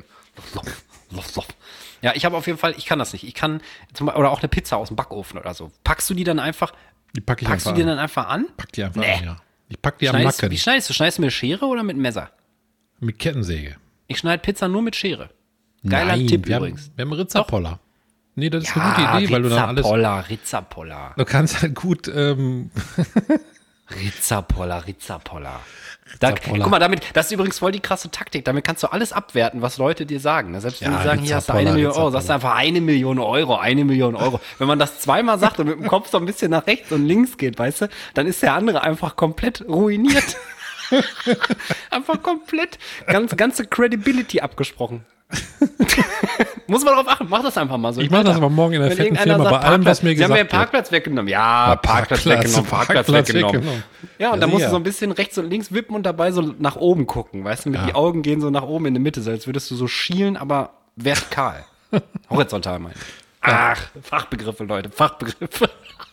Ja, ich habe auf jeden Fall, ich kann das nicht. Ich kann, oder auch eine Pizza aus dem Backofen oder so. Packst du die dann einfach, Die packe ich packst du einfach die an. dann einfach an? Pack die einfach Nee. an, ja. Ich pack die am Schneidest, Nacken wie schneidest du? Schneidest du mit Schere oder mit Messer? mit Kettensäge. Ich schneide Pizza nur mit Schere. Geiler Tipp wir übrigens. Wir haben Rizzapoller. Nee, das ist eine gute Idee, weil du dann alles... Rizzapoller. Du kannst halt gut... Rizzapoller. Rizzapoller. Guck mal, das ist übrigens voll die krasse Taktik. Damit kannst du alles abwerten, was Leute dir sagen. Ne? Selbst wenn Ja, die sagen, hier hast du Rizzapoller, 1 Million Euro, Rizzapoller. sagst du einfach 1 Million Euro, 1 Million Euro. Wenn man das zweimal sagt und mit dem Kopf so ein bisschen nach rechts und links geht, weißt du, dann ist der andere einfach komplett ruiniert. Einfach komplett, ganze Credibility abgesprochen. Muss man darauf achten, mach das einfach mal so. Ich mach das aber morgen in der Wenn fetten irgendeiner Firma, sagt, bei allem, was mir Sie haben mir den gesagt wird. Parkplatz weggenommen. Ja, Parkplatz weggenommen. Ja, und Ja, da musst du sicher. so ein bisschen rechts und links wippen und dabei so nach oben gucken, weißt du, die Augen gehen so nach oben in die Mitte, so als würdest du so schielen, aber vertikal. Horizontal mein. Ach, Fachbegriffe, Leute, Fachbegriffe.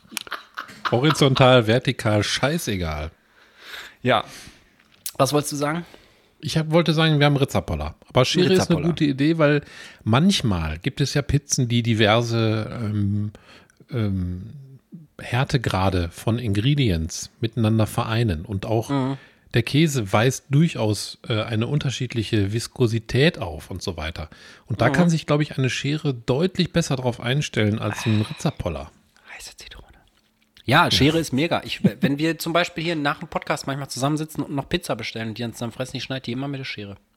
Horizontal, vertikal, scheißegal. Ja. Was wolltest du sagen? Ich wollte sagen, wir haben Rizzapoller. Aber Schere ist eine Rizzapoller. gute Idee, weil manchmal gibt es ja Pizzen, die diverse Härtegrade von Ingredients miteinander vereinen. Und auch der Käse weist durchaus eine unterschiedliche Viskosität auf und so weiter. Und da kann sich, glaube ich, eine Schere deutlich besser drauf einstellen als ein Rizzapoller. Heiße Zitrone. Ja, Schere ist mega. Wenn wir zum Beispiel hier nach dem Podcast manchmal zusammensitzen und noch Pizza bestellen und die uns dann fressen, ich schneide die immer mit der Schere.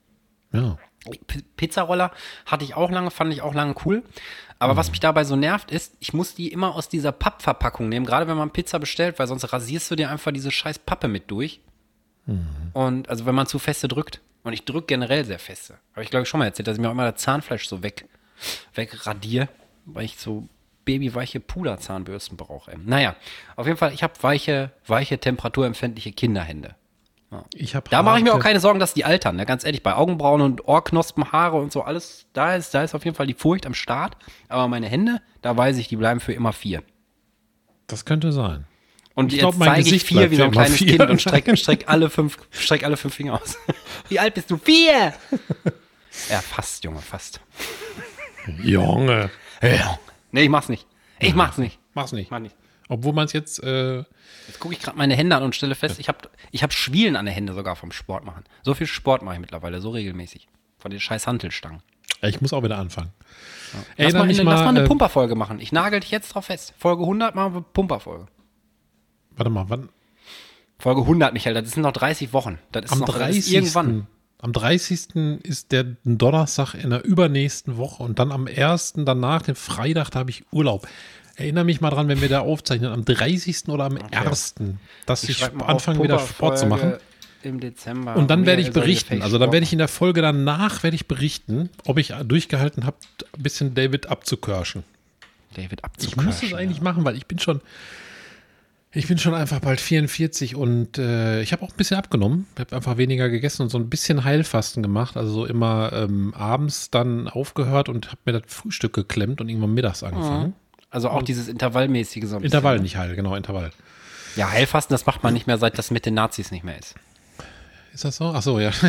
Ja. Pizzaroller hatte ich auch lange, fand ich auch lange cool. Aber was mich dabei so nervt ist, ich muss die immer aus dieser Pappverpackung nehmen, gerade wenn man Pizza bestellt, weil sonst rasierst du dir einfach diese scheiß Pappe mit durch. Und also wenn man zu feste drückt. Und ich drücke generell sehr feste. Habe ich glaube ich schon mal erzählt, dass ich mir auch immer das Zahnfleisch so wegradiere, weil ich so babyweiche Puderzahnbürsten brauche. Naja, auf jeden Fall, ich habe weiche, temperaturempfindliche Kinderhände. Ja. Da mache ich mir auch keine Sorgen, dass die altern. Ne? Ganz ehrlich, bei Augenbrauen und Ohrknospen, Haare und so alles, da ist auf jeden Fall die Furcht am Start. Aber meine Hände, da weiß ich, die bleiben für immer 4. Das könnte sein. Und ich jetzt zeige ich 4 wie so ein kleines Kind und streck alle 5 Finger aus. Wie alt bist du? 4! Ja, fast, Junge, fast. Junge. Ja. Nee, ich mach's nicht. Mach's nicht. Mach nicht. Obwohl man es jetzt... Jetzt gucke ich gerade meine Hände an und stelle fest, ich hab Schwielen an den Händen sogar vom Sport machen. So viel Sport mache ich mittlerweile, so regelmäßig. Von den scheiß Hantelstangen. Ich muss auch wieder anfangen. Ja. Lass mal eine Pumperfolge machen. Ich nagel dich jetzt drauf fest. Folge 100 machen wir Pumperfolge. Warte mal, wann? Folge 100, Michael, das sind noch 30 Wochen. Das ist am noch 30. Das ist irgendwann. Am 30. ist der Donnerstag in der übernächsten Woche und dann am 1. danach, den Freitag, da habe ich Urlaub. Erinnere mich mal dran, wenn wir da aufzeichnen, am 30. oder am 1., dass ich anfange, wieder Sport zu machen. Im Dezember. Und dann werde ich berichten. Also dann werde ich in der Folge danach berichten, ob ich durchgehalten habe, ein bisschen David abzukirschen. Ich muss es eigentlich machen, weil ich bin schon einfach bald 44 und ich habe auch ein bisschen abgenommen. Ich habe einfach weniger gegessen und so ein bisschen Heilfasten gemacht. Also so immer abends dann aufgehört und habe mir das Frühstück geklemmt und irgendwann mittags angefangen. Also auch dieses Intervallmäßige so ein bisschen. Intervall, nicht Heil, genau, Intervall. Ja, Heilfasten, das macht man nicht mehr, seit das mit den Nazis nicht mehr ist. Ist das so? Ach so, ja.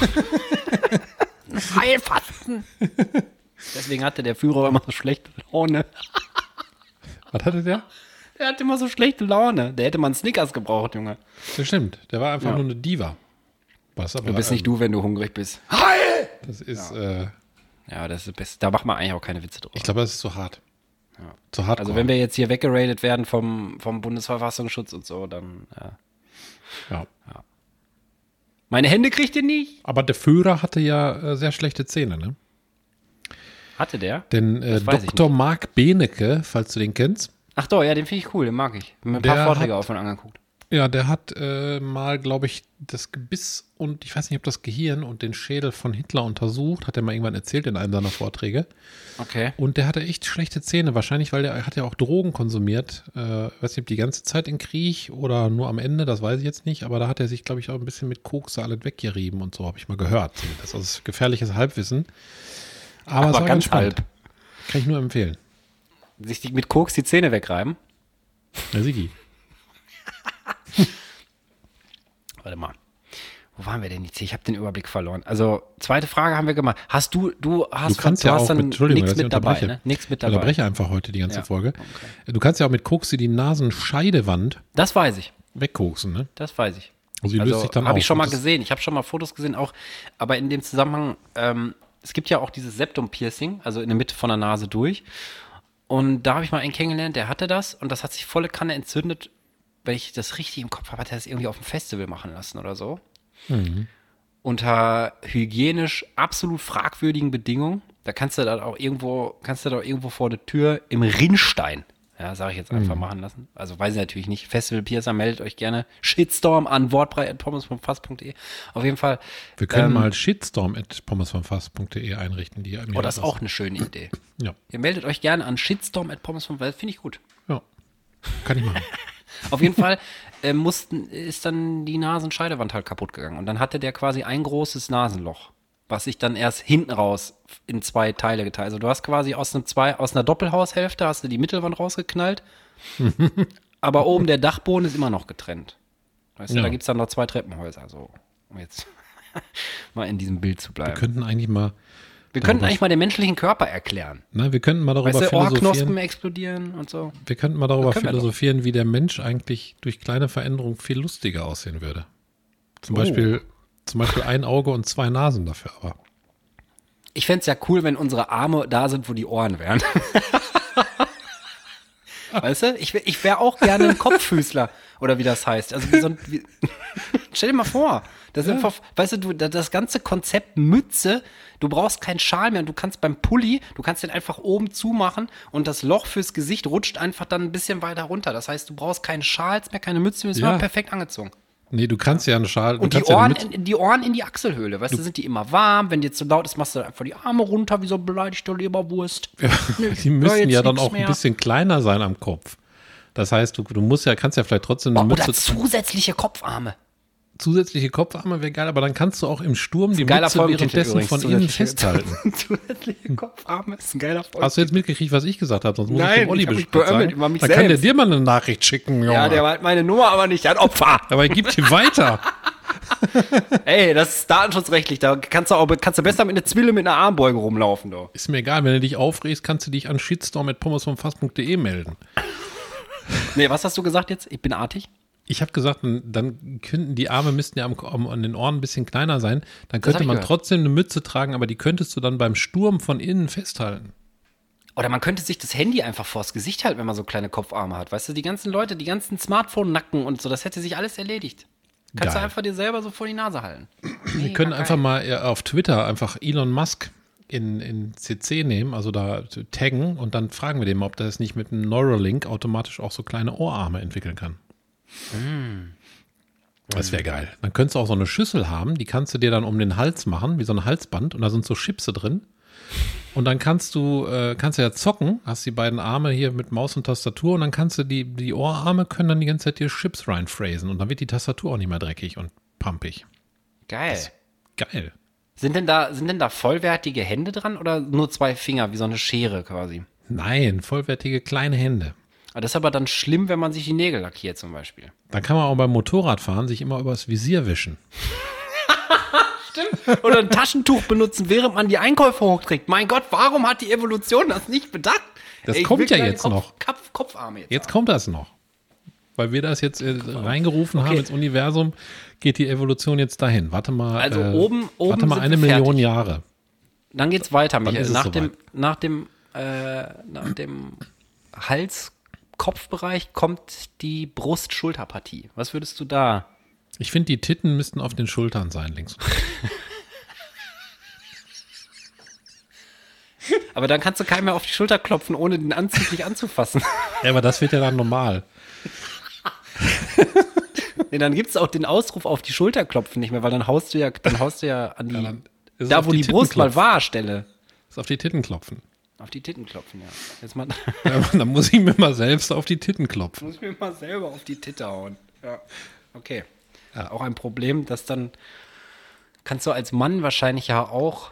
Heilfasten. Deswegen hatte der Führer immer so schlechte Laune. Was hatte der? Der hatte immer so schlechte Laune. Der hätte mal einen Snickers gebraucht, Junge. Das stimmt. Der war einfach nur eine Diva. Du bist nicht du, wenn du hungrig bist. Heil! Das ist, ja, das ist das Beste. Da macht man eigentlich auch keine Witze drüber. Ich glaube, das ist zu hart. Ja. Zu hart. Also wenn wir jetzt hier weggeradet werden vom Bundesverfassungsschutz und so, dann ja. Meine Hände kriegt ihr nicht. Aber der Führer hatte ja sehr schlechte Zähne, ne? Hatte der? Denn Dr. Marc Benecke, falls du den kennst. Ach doch, ja, den finde ich cool, den mag ich. Ich habe mir ein paar Vorträge auf und angeguckt. Ja, der hat mal, glaube ich, das Gebiss und ich weiß nicht, ob das Gehirn und den Schädel von Hitler untersucht, hat er mal irgendwann erzählt in einem seiner Vorträge. Okay. Und der hatte echt schlechte Zähne, wahrscheinlich, weil der hat ja auch Drogen konsumiert. Weiß nicht, ob die ganze Zeit in Krieg oder nur am Ende, das weiß ich jetzt nicht, aber da hat er sich, glaube ich, auch ein bisschen mit Koks alles weggerieben und so, habe ich mal gehört. Das ist gefährliches Halbwissen. Aber es war ganz halb. Kann ich nur empfehlen. Sich mit Koks die Zähne wegreiben? Ja, Sigi. Warte mal. Wo waren wir denn jetzt hier? Ich habe den Überblick verloren. Also, zweite Frage haben wir gemacht. Hast du kannst ja auch dann nichts mit dabei, ne? Nichts mit Ich dabei. unterbreche einfach heute die ganze Folge. Okay. Du kannst ja auch mit Koks die Nasenscheidewand das weiß ich. wegkoksen, ne? Das weiß ich. Also die löst sich dann auf. Habe ich schon mal gesehen. Ich habe schon mal Fotos gesehen auch. Aber in dem Zusammenhang, es gibt ja auch dieses Septum-Piercing, also in der Mitte von der Nase durch. Und da habe ich mal einen kennengelernt, der hatte das und das hat sich volle Kanne entzündet. Wenn ich das richtig im Kopf habe, hat er das irgendwie auf dem Festival machen lassen oder so. Mhm. Unter hygienisch absolut fragwürdigen Bedingungen. Da kannst du da auch irgendwo vor der Tür im Rinnstein, ja, sage ich jetzt einfach machen lassen. Also weiß ich natürlich nicht. Festival Piercer, meldet euch gerne. Shitstorm an wortbrei@pommesvomfass.de. Auf jeden Fall. Wir können mal shitstorm@pommesvomfass.de einrichten. Das ist auch eine schöne Idee. Ja. Ihr meldet euch gerne an shitstorm@pommesvomfass. Finde ich gut. Ja, kann ich machen. Auf jeden Fall ist dann die Nasenscheidewand halt kaputt gegangen. Und dann hatte der quasi ein großes Nasenloch, was sich dann erst hinten raus in 2 Teile geteilt. Also du hast quasi aus einer Doppelhaushälfte hast du die Mittelwand rausgeknallt, aber oben der Dachboden ist immer noch getrennt. Weißt du, da gibt es dann noch 2 Treppenhäuser. So, um jetzt mal in diesem Bild zu bleiben. Wir könnten eigentlich mal den menschlichen Körper erklären. Nein, wir könnten mal darüber philosophieren. Ohrknospen explodieren und so. Wir könnten mal darüber philosophieren, wie der Mensch eigentlich durch kleine Veränderungen viel lustiger aussehen würde. Zum Beispiel ein Auge und 2 Nasen dafür, aber. Ich fände es ja cool, wenn unsere Arme da sind, wo die Ohren wären. Weißt du? Ich wäre auch gerne ein Kopffüßler. Oder wie das heißt. Also stell dir mal vor. Das ist einfach, weißt du, das ganze Konzept Mütze, du brauchst keinen Schal mehr und du kannst beim Pulli, du kannst den einfach oben zumachen und das Loch fürs Gesicht rutscht einfach dann ein bisschen weiter runter. Das heißt, du braust keinen Schals mehr, keine Mütze mehr, ist immer perfekt angezogen. Nee, du kannst ja einen Schal. Und die Ohren in die Achselhöhle, weißt du, sind die immer warm. Wenn dir zu laut ist, machst du einfach die Arme runter, wie so beleidigte Leberwurst. Ja, die müssen ja dann auch ein bisschen kleiner sein am Kopf. Das heißt, du kannst ja vielleicht trotzdem eine Mütze. Oder zusätzliche Kopfarme. Zusätzliche Kopfarme wäre geil, aber dann kannst du auch im Sturm die Mütze währenddessen von innen festhalten. Zusätzliche Kopfarme ist ein geiler Folgentitel. Hast du jetzt mitgekriegt, was ich gesagt habe? Sonst muss ich dem Olli Bescheid sagen. Dann kann der dir mal eine Nachricht schicken, Junge. Ja, der hat meine Nummer aber nicht, der hat Opfer. Aber er gibt die weiter. Ey, das ist datenschutzrechtlich. Da kannst du besser mit einer Zwille mit einer Armbeuge rumlaufen, du. Ist mir egal, wenn du dich aufregst, kannst du dich an shitstorm@pommesvomfass.de melden. Nee, was hast du gesagt jetzt? Ich bin artig. Ich habe gesagt, dann könnten die Arme müssten ja an den Ohren ein bisschen kleiner sein. Dann könnte man trotzdem eine Mütze tragen, aber die könntest du dann beim Sturm von innen festhalten. Oder man könnte sich das Handy einfach vors Gesicht halten, wenn man so kleine Kopfarme hat. Weißt du, die ganzen Leute, die ganzen Smartphone-Nacken und so, das hätte sich alles erledigt. Kannst du einfach dir selber so vor die Nase halten. Wir können einfach mal auf Twitter einfach Elon Musk in CC nehmen, also da taggen und dann fragen wir dem, ob der es nicht mit einem Neuralink automatisch auch so kleine Ohrarme entwickeln kann. Das wäre geil. Dann könntest du auch so eine Schüssel haben, die kannst du dir dann um den Hals machen, wie so ein Halsband und da sind so Chipse drin. Und dann kannst du ja zocken, hast die beiden Arme hier mit Maus und Tastatur und dann kannst du die Ohrarme können dann die ganze Zeit dir Chips reinphrasen und dann wird die Tastatur auch nicht mehr dreckig und pumpig. Geil. Geil. Sind denn da vollwertige Hände dran oder nur 2 Finger, wie so eine Schere quasi? Nein, vollwertige kleine Hände. Das ist aber dann schlimm, wenn man sich die Nägel lackiert zum Beispiel. Dann kann man auch beim Motorradfahren sich immer übers Visier wischen. Stimmt. Oder ein Taschentuch benutzen, während man die Einkäufe hochträgt. Mein Gott, warum hat die Evolution das nicht bedacht? Das kommt ja jetzt noch. Kopfarme jetzt. Jetzt kommt das noch. Weil wir das jetzt reingerufen haben ins Universum, geht die Evolution jetzt dahin. Warte mal, also oben warte mal 1 Million Jahre. Dann geht's weiter, Michael. Nach dem Hals-Kopfbereich kommt die Brust-Schulterpartie. Was würdest du da? Ich finde, die Titten müssten auf den Schultern sein, links und rechts. Aber dann kannst du keinem mehr auf die Schulter klopfen, ohne den anzüglich anzufassen. Ja, aber das wird ja dann normal. Nee, dann gibt es auch den Ausruf auf die Schulter klopfen nicht mehr, weil dann haust du ja an die, da wo die Brust mal war, Stelle. Ist auf die Titten klopfen. Auf die Titten klopfen, ja. Jetzt mal ja, dann muss ich mir mal selbst auf die Titten klopfen. Muss ich mir mal selber auf die Titte hauen. Ja. Okay. Ja. Auch ein Problem, das dann kannst du als Mann wahrscheinlich ja auch.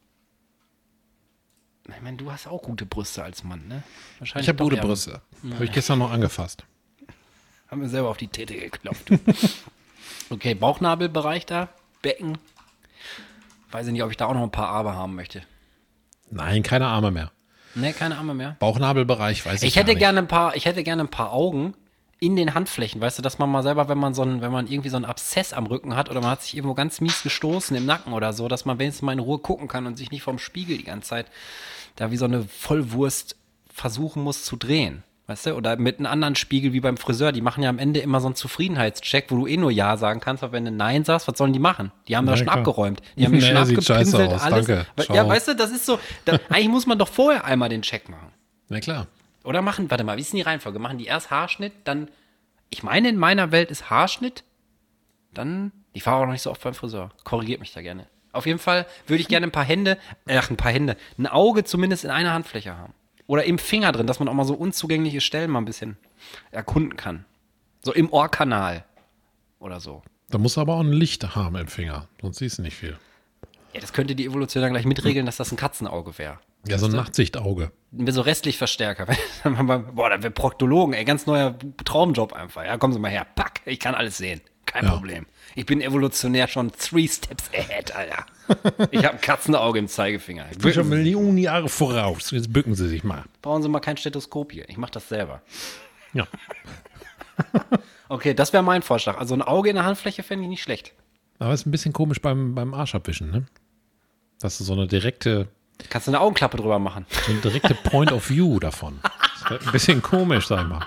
Ich meine, du hast auch gute Brüste als Mann, ne? Wahrscheinlich ich habe gute Brüste. Habe ich gestern noch angefasst. Haben wir selber auf die Titte geklopft. Okay, Bauchnabelbereich da, Becken. Weiß ich nicht, ob ich da auch noch ein paar Arme haben möchte. Nein, keine Arme mehr. Ne, keine Arme mehr. Bauchnabelbereich, weiß ich nicht. Ich hätte gerne ein paar Augen in den Handflächen, weißt du, dass man mal selber, wenn man irgendwie so einen Abszess am Rücken hat oder man hat sich irgendwo ganz mies gestoßen im Nacken oder so, dass man wenigstens mal in Ruhe gucken kann und sich nicht vorm Spiegel die ganze Zeit da wie so eine Vollwurst versuchen muss zu drehen. Weißt du? Oder mit einem anderen Spiegel wie beim Friseur. Die machen ja am Ende immer so einen Zufriedenheitscheck, wo du nur Ja sagen kannst, aber wenn du Nein sagst, was sollen die machen? Die haben das schon abgeräumt. Die haben die schon abgepinselt, aus. alles. Danke. Ja, weißt du, das ist so, eigentlich muss man doch vorher einmal den Check machen. Na klar. Oder warte mal, wie ist denn die Reihenfolge? Machen die erst Haarschnitt, dann, ich meine, in meiner Welt ist Haarschnitt, dann, ich fahre auch noch nicht so oft beim Friseur. Korrigiert mich da gerne. Auf jeden Fall würde ich gerne ein Auge zumindest in einer Handfläche haben. Oder im Finger drin, dass man auch mal so unzugängliche Stellen mal ein bisschen erkunden kann. So im Ohrkanal oder so. Da muss aber auch ein Licht haben im Finger, sonst siehst du nicht viel. Ja, das könnte die Evolution dann gleich mitregeln, dass das ein Katzenauge wäre. Ja, so ein Nachtsichtauge. So Restlichtverstärker. Boah, da wäre Proktologen, ganz neuer Traumjob einfach. Ja, kommen Sie mal her. Pack, ich kann alles sehen. Kein Problem. Ich bin evolutionär schon 3 Steps ahead, Alter. Ich habe ein Katzenauge im Zeigefinger. Ich bin schon Millionen Jahre voraus. Jetzt bücken Sie sich mal. Brauchen Sie mal kein Stethoskop hier. Ich mache das selber. Ja. Okay, das wäre mein Vorschlag. Also ein Auge in der Handfläche fände ich nicht schlecht. Aber ist ein bisschen komisch beim Arschabwischen, ne? Dass du so eine direkte... Kannst du eine Augenklappe drüber machen. So eine direkte Point of View davon. Ein bisschen komisch, sag ich mal.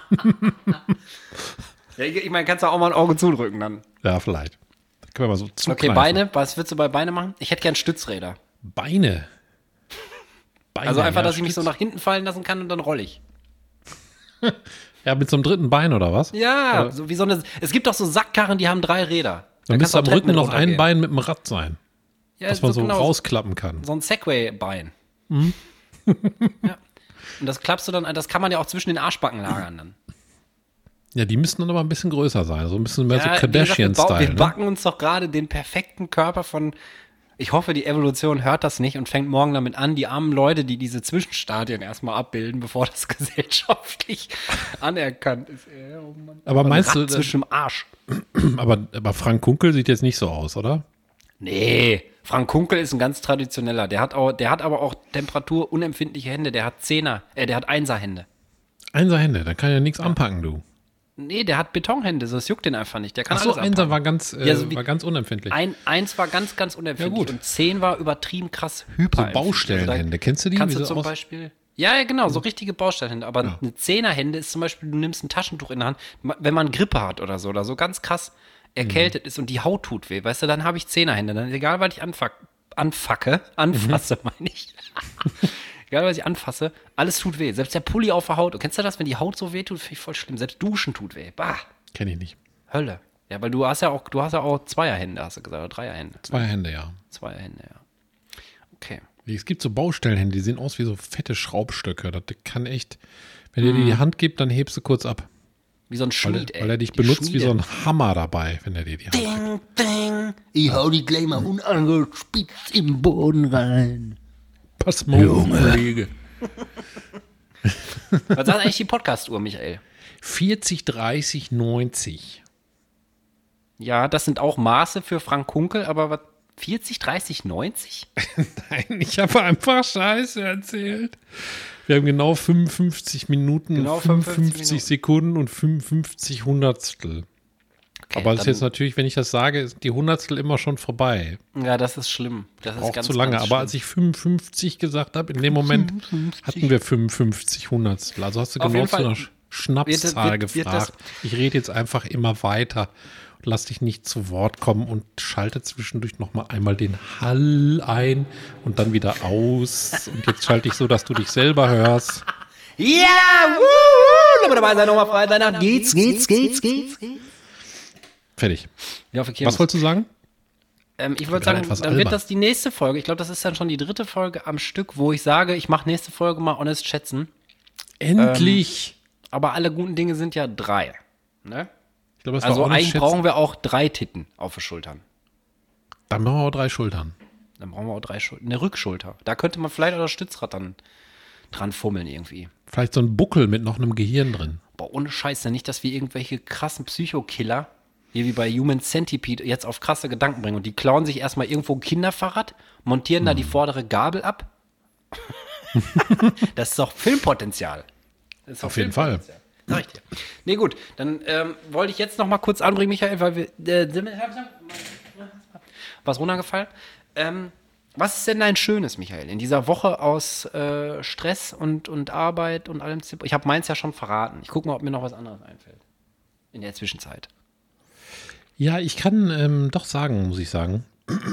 Ja, ich meine, kannst du auch mal ein Auge zudrücken dann. Ja, vielleicht. Können wir mal so zu Okay, Beine. Was würdest du bei Beine machen? Ich hätte gern Stützräder. Beine. Also einfach, ja, dass ich mich so nach hinten fallen lassen kann und dann rolle ich. Ja, mit so einem dritten Bein oder was? Ja, so wie so eine. Es gibt doch so Sackkarren, die haben 3 Räder. Dann müsste am Treppen Rücken noch runtergehen. ein Bein mit dem Rad sein, Ja, dass man so genau, rausklappen kann. so ein Segway-Bein. Ja. Und das klappst du dann, das kann man ja auch zwischen den Arschbacken lagern dann. Ja, die müssten dann aber ein bisschen größer sein, so ein bisschen mehr so Ja, wie gesagt, Kardashian-Style. wir backen uns doch gerade den perfekten Körper von. Ich hoffe, die Evolution hört das nicht und fängt morgen damit an, die armen Leute, die diese Zwischenstadien erstmal abbilden, bevor das gesellschaftlich anerkannt ist. Oh Mann. Aber meinst du, zwischen dem Arsch? aber Frank Kunkel sieht jetzt nicht so aus, oder? Nee, Frank Kunkel ist ein ganz traditioneller. Der hat aber auch temperaturunempfindliche Hände. Der hat der hat Einserhände. Einser-Hände, da kann ja nichts anpacken, du. Nee, der hat Betonhände, das juckt den einfach nicht. Der kann Ach so, alles Einser anpacken. war ganz unempfindlich. Eins war ganz, ganz unempfindlich Ja, gut. und 10 war übertrieben krass So hyper. Baustellenhände, kennst du die? Kannst Wie du sie zum aus- Beispiel. Ja, genau, so richtige Baustellenhände. Aber Ja. eine Zehnerhände ist zum Beispiel, du nimmst ein Taschentuch in der Hand, wenn man Grippe hat oder so ganz krass erkältet ist und die Haut tut weh, weißt du, dann habe ich Zehnerhände. Dann egal, was ich anfasse, meine ich. Egal, was ich anfasse, alles tut weh. Selbst der Pulli auf der Haut. Und kennst du das, wenn die Haut so weh tut, finde ich voll schlimm. Selbst Duschen tut weh. Bah, Kenn ich nicht. Hölle. Ja, weil du hast ja auch Zweierhände, hast du gesagt, oder Dreierhände. 2 Hände, ja. Zweierhände, ja. Okay. Es gibt so Baustellenhände, die sehen aus wie so fette Schraubstöcke. Das kann echt, wenn dir die Hand gibt, dann hebst du kurz ab. Wie so ein Schmied, ey. Weil er dich Die benutzt wie Schmiede. so ein Hammer dabei, wenn er dir die Hand gibt. Ding, ding. Ich hau die gleich mal unangespitzt im Boden rein. Pass mal auf, Kollege. Was sagt eigentlich die Podcast-Uhr, Michael? 40, 30, 90. Ja, das sind auch Maße für Frank Kunkel, aber was? 40, 30, 90? Nein, ich habe einfach Scheiße erzählt. Wir haben genau 55 Minuten, Genau 55 Minuten. Sekunden und 55 Hundertstel. Okay, Aber das ist dann- jetzt natürlich, wenn ich das sage, ist die Hundertstel immer schon vorbei. Ja, das ist schlimm. Das ist Braucht ganz, zu lange. ganz Aber schlimm. als ich 55 gesagt habe, in dem Moment hatten wir 55 Hundertstel. Also hast du Auf genau jeden zu Fall einer Schnapszahl wird gefragt. Ich rede jetzt einfach immer weiter und lass dich nicht zu Wort kommen und schalte zwischendurch nochmal einmal den Hall ein und dann wieder aus. Und jetzt schalte ich so, dass du dich selber hörst. Ja! Wuhu! Nochmal dabei sein, nochmal frei sein. Dann geht's. Fertig. Ja, auf der Was wolltest du sagen? Ich würde gerade sagen, etwas dann wird albern. das die nächste Folge. Ich glaube, das ist dann schon die 3. Folge am Stück, wo ich sage, ich mache nächste Folge mal Honest Schätzen. Endlich. Aber alle guten Dinge sind ja 3. Ne? Ich glaube, das Also war auch eigentlich nicht schätzen. brauchen wir auch 3 Titten auf den Schultern. Dann brauchen wir auch 3 Schultern. Dann brauchen wir auch 3 Schultern. Eine Rückschulter. Da könnte man vielleicht auch das Stützrad dann dran fummeln irgendwie. Vielleicht so ein Buckel mit noch einem Gehirn drin. Boah, ohne Scheiß, nicht, dass wir irgendwelche krassen Psychokiller, hier wie bei Human Centipede, jetzt auf krasse Gedanken bringen. Und die klauen sich erstmal irgendwo ein Kinderfahrrad, montieren da die vordere Gabel ab. Das ist doch Filmpotenzial. Das ist doch Auf jeden Fall. Filmpotenzial. Sag ich dir. Nee, gut, dann wollte ich jetzt noch mal kurz anbringen, Michael, weil wir was runtergefallen. Was ist denn dein Schönes, Michael, in dieser Woche aus Stress und Arbeit und allem? Ich habe meins ja schon verraten. Ich gucke mal, ob mir noch was anderes einfällt. In der Zwischenzeit. Ja, ich kann doch sagen, muss ich sagen,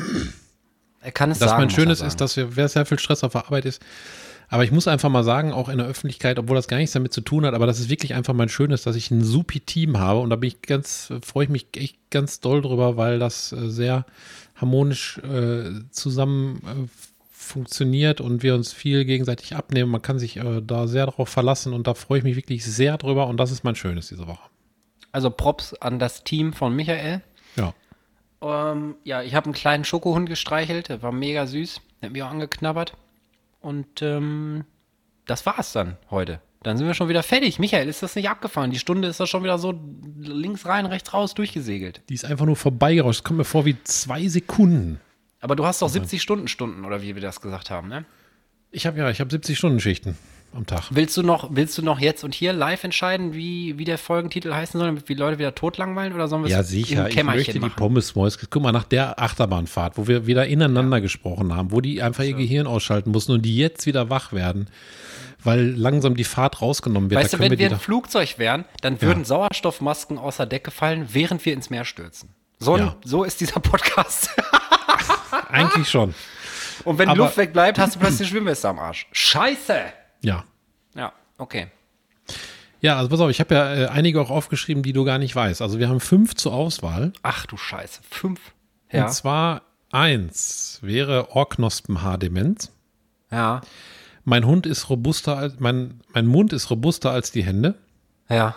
Er kann es dass sagen. mein muss Schönes er ist, sagen. dass wer sehr viel Stress auf der Arbeit ist. Aber ich muss einfach mal sagen, auch in der Öffentlichkeit, obwohl das gar nichts damit zu tun hat, aber das ist wirklich einfach mein Schönes, dass ich ein supi Team habe und da freue ich mich echt ganz doll drüber, weil das sehr harmonisch zusammen funktioniert und wir uns viel gegenseitig abnehmen. Man kann sich da sehr darauf verlassen und da freue ich mich wirklich sehr drüber und das ist mein Schönes diese Woche. Also Props an das Team von Michael. Ja. Ja, ich habe einen kleinen Schokohund gestreichelt, der war mega süß, der hat mich auch angeknabbert. Und das war's dann heute. Dann sind wir schon wieder fertig. Michael, ist das nicht abgefahren? Die Stunde ist doch schon wieder so links rein, rechts raus durchgesegelt. Die ist einfach nur vorbeigerauscht. Es kommt mir vor wie 2 Sekunden. Aber du hast doch 70 Stunden oder wie wir das gesagt haben, ne? Ich habe 70-Stunden-Schichten am Tag. Willst du noch jetzt und hier live entscheiden, wie der Folgentitel heißen soll, damit die Leute wieder totlangweilen oder sollen wir Ja, es sicher. im Ich Kämmerchen möchte die machen? Pommesmäuse. Guck mal, nach der Achterbahnfahrt, wo wir wieder ineinander gesprochen haben, wo die einfach ihr Gehirn ausschalten mussten und die jetzt wieder wach werden, weil langsam die Fahrt rausgenommen wird. Weißt du, wenn wir ein Flugzeug wären, dann würden Sauerstoffmasken aus der Decke fallen, während wir ins Meer stürzen. So ist dieser Podcast. Eigentlich schon. Und wenn Luft wegbleibt, hast du plötzlich Schwimmweste am Arsch. Scheiße! Ja. Ja, okay. Ja, also pass auf, ich habe ja einige auch aufgeschrieben, die du gar nicht weißt. Also wir haben 5 zur Auswahl. Ach du Scheiße, 5. Ja. Und zwar 1 wäre Ohrknospenhaardemenz. Ja. Mein Mund ist robuster als die Hände. Ja.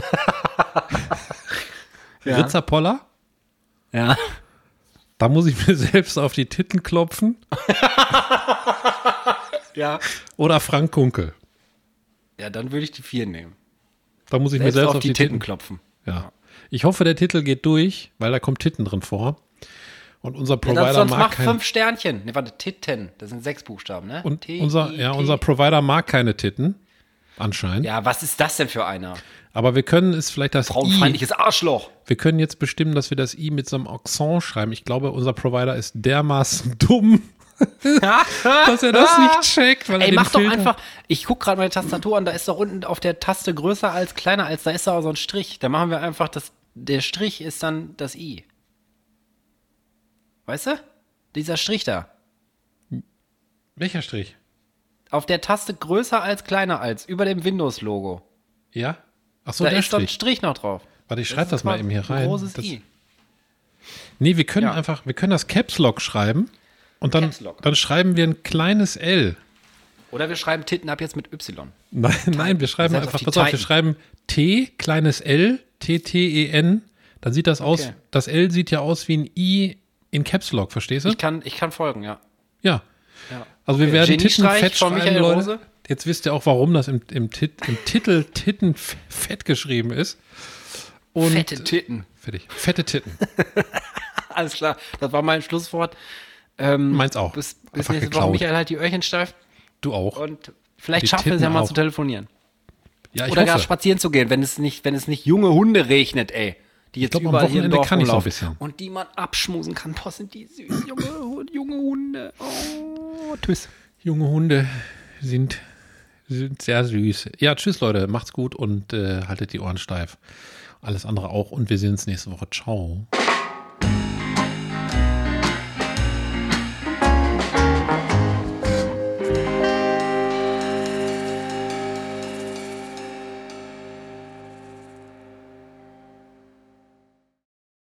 Ritzerpoller. Ja. Da muss ich mir selbst auf die Titten klopfen. Ja. Oder Frank Kunkel. Ja, dann würde ich die 4 nehmen. Da muss ich mir selbst auf die Titten klopfen. Ja. Ich hoffe, der Titel geht durch, weil da kommt Titten drin vor. Und unser Provider sonst mag mach 5 Sternchen. Ne, warte, Titten. Das sind 6 Buchstaben, ne? Und unser Provider mag keine Titten. Anscheinend. Ja, was ist das denn für einer? Aber wir können es vielleicht das Frauenfeindliches Arschloch. Wir können jetzt bestimmen, dass wir das I mit so einem Akzent schreiben. Ich glaube, unser Provider ist dermaßen dumm, dass er das nicht checkt. Weil mach doch einfach, ich gucke gerade meine Tastatur an, da ist doch unten auf der Taste größer als, kleiner als, da ist doch so ein Strich. Da machen wir einfach, der Strich ist dann das I. Weißt du? Dieser Strich da. Welcher Strich? Auf der Taste größer als, kleiner als, über dem Windows-Logo. Ja? Ach so, da der ist doch ein Strich noch drauf. Warte, ich schreibe das mal eben hier rein. Ein großes I. Nee, wir können wir können das Caps Lock schreiben und dann schreiben wir ein kleines L. Oder wir schreiben Titten ab jetzt mit Y. Nein, wir schreiben einfach, pass auf, wir schreiben T, kleines L, T-T-E-N, dann sieht das aus, das L sieht ja aus wie ein I in Caps Lock, verstehst du? Ich kann folgen, ja. Ja. Also wir werden Titten fett schreiben, Leute. Rose. Jetzt wisst ihr auch, warum das im Titel Titten fett geschrieben ist. Und fette Titten. Fertig. Fette Titten. Alles klar, das war mein Schlusswort. Meins auch. Bis nächste Woche. Michael halt die Öhrchen steif. Du auch. Und vielleicht die schaffen wir es ja mal auch zu telefonieren. Ja, ich Oder hoffe. gar spazieren zu gehen, wenn es nicht junge Hunde regnet, ey. Die jetzt überall hier im Dorf kann ich so ein rumlaufen. bisschen. Und die man abschmusen kann. Boah, sind die süß, junge Hunde. Oh, tschüss. Junge Hunde sind sehr süß. Ja, tschüss Leute, macht's gut und haltet die Ohren steif. Alles andere auch und wir sehen uns nächste Woche. Ciao.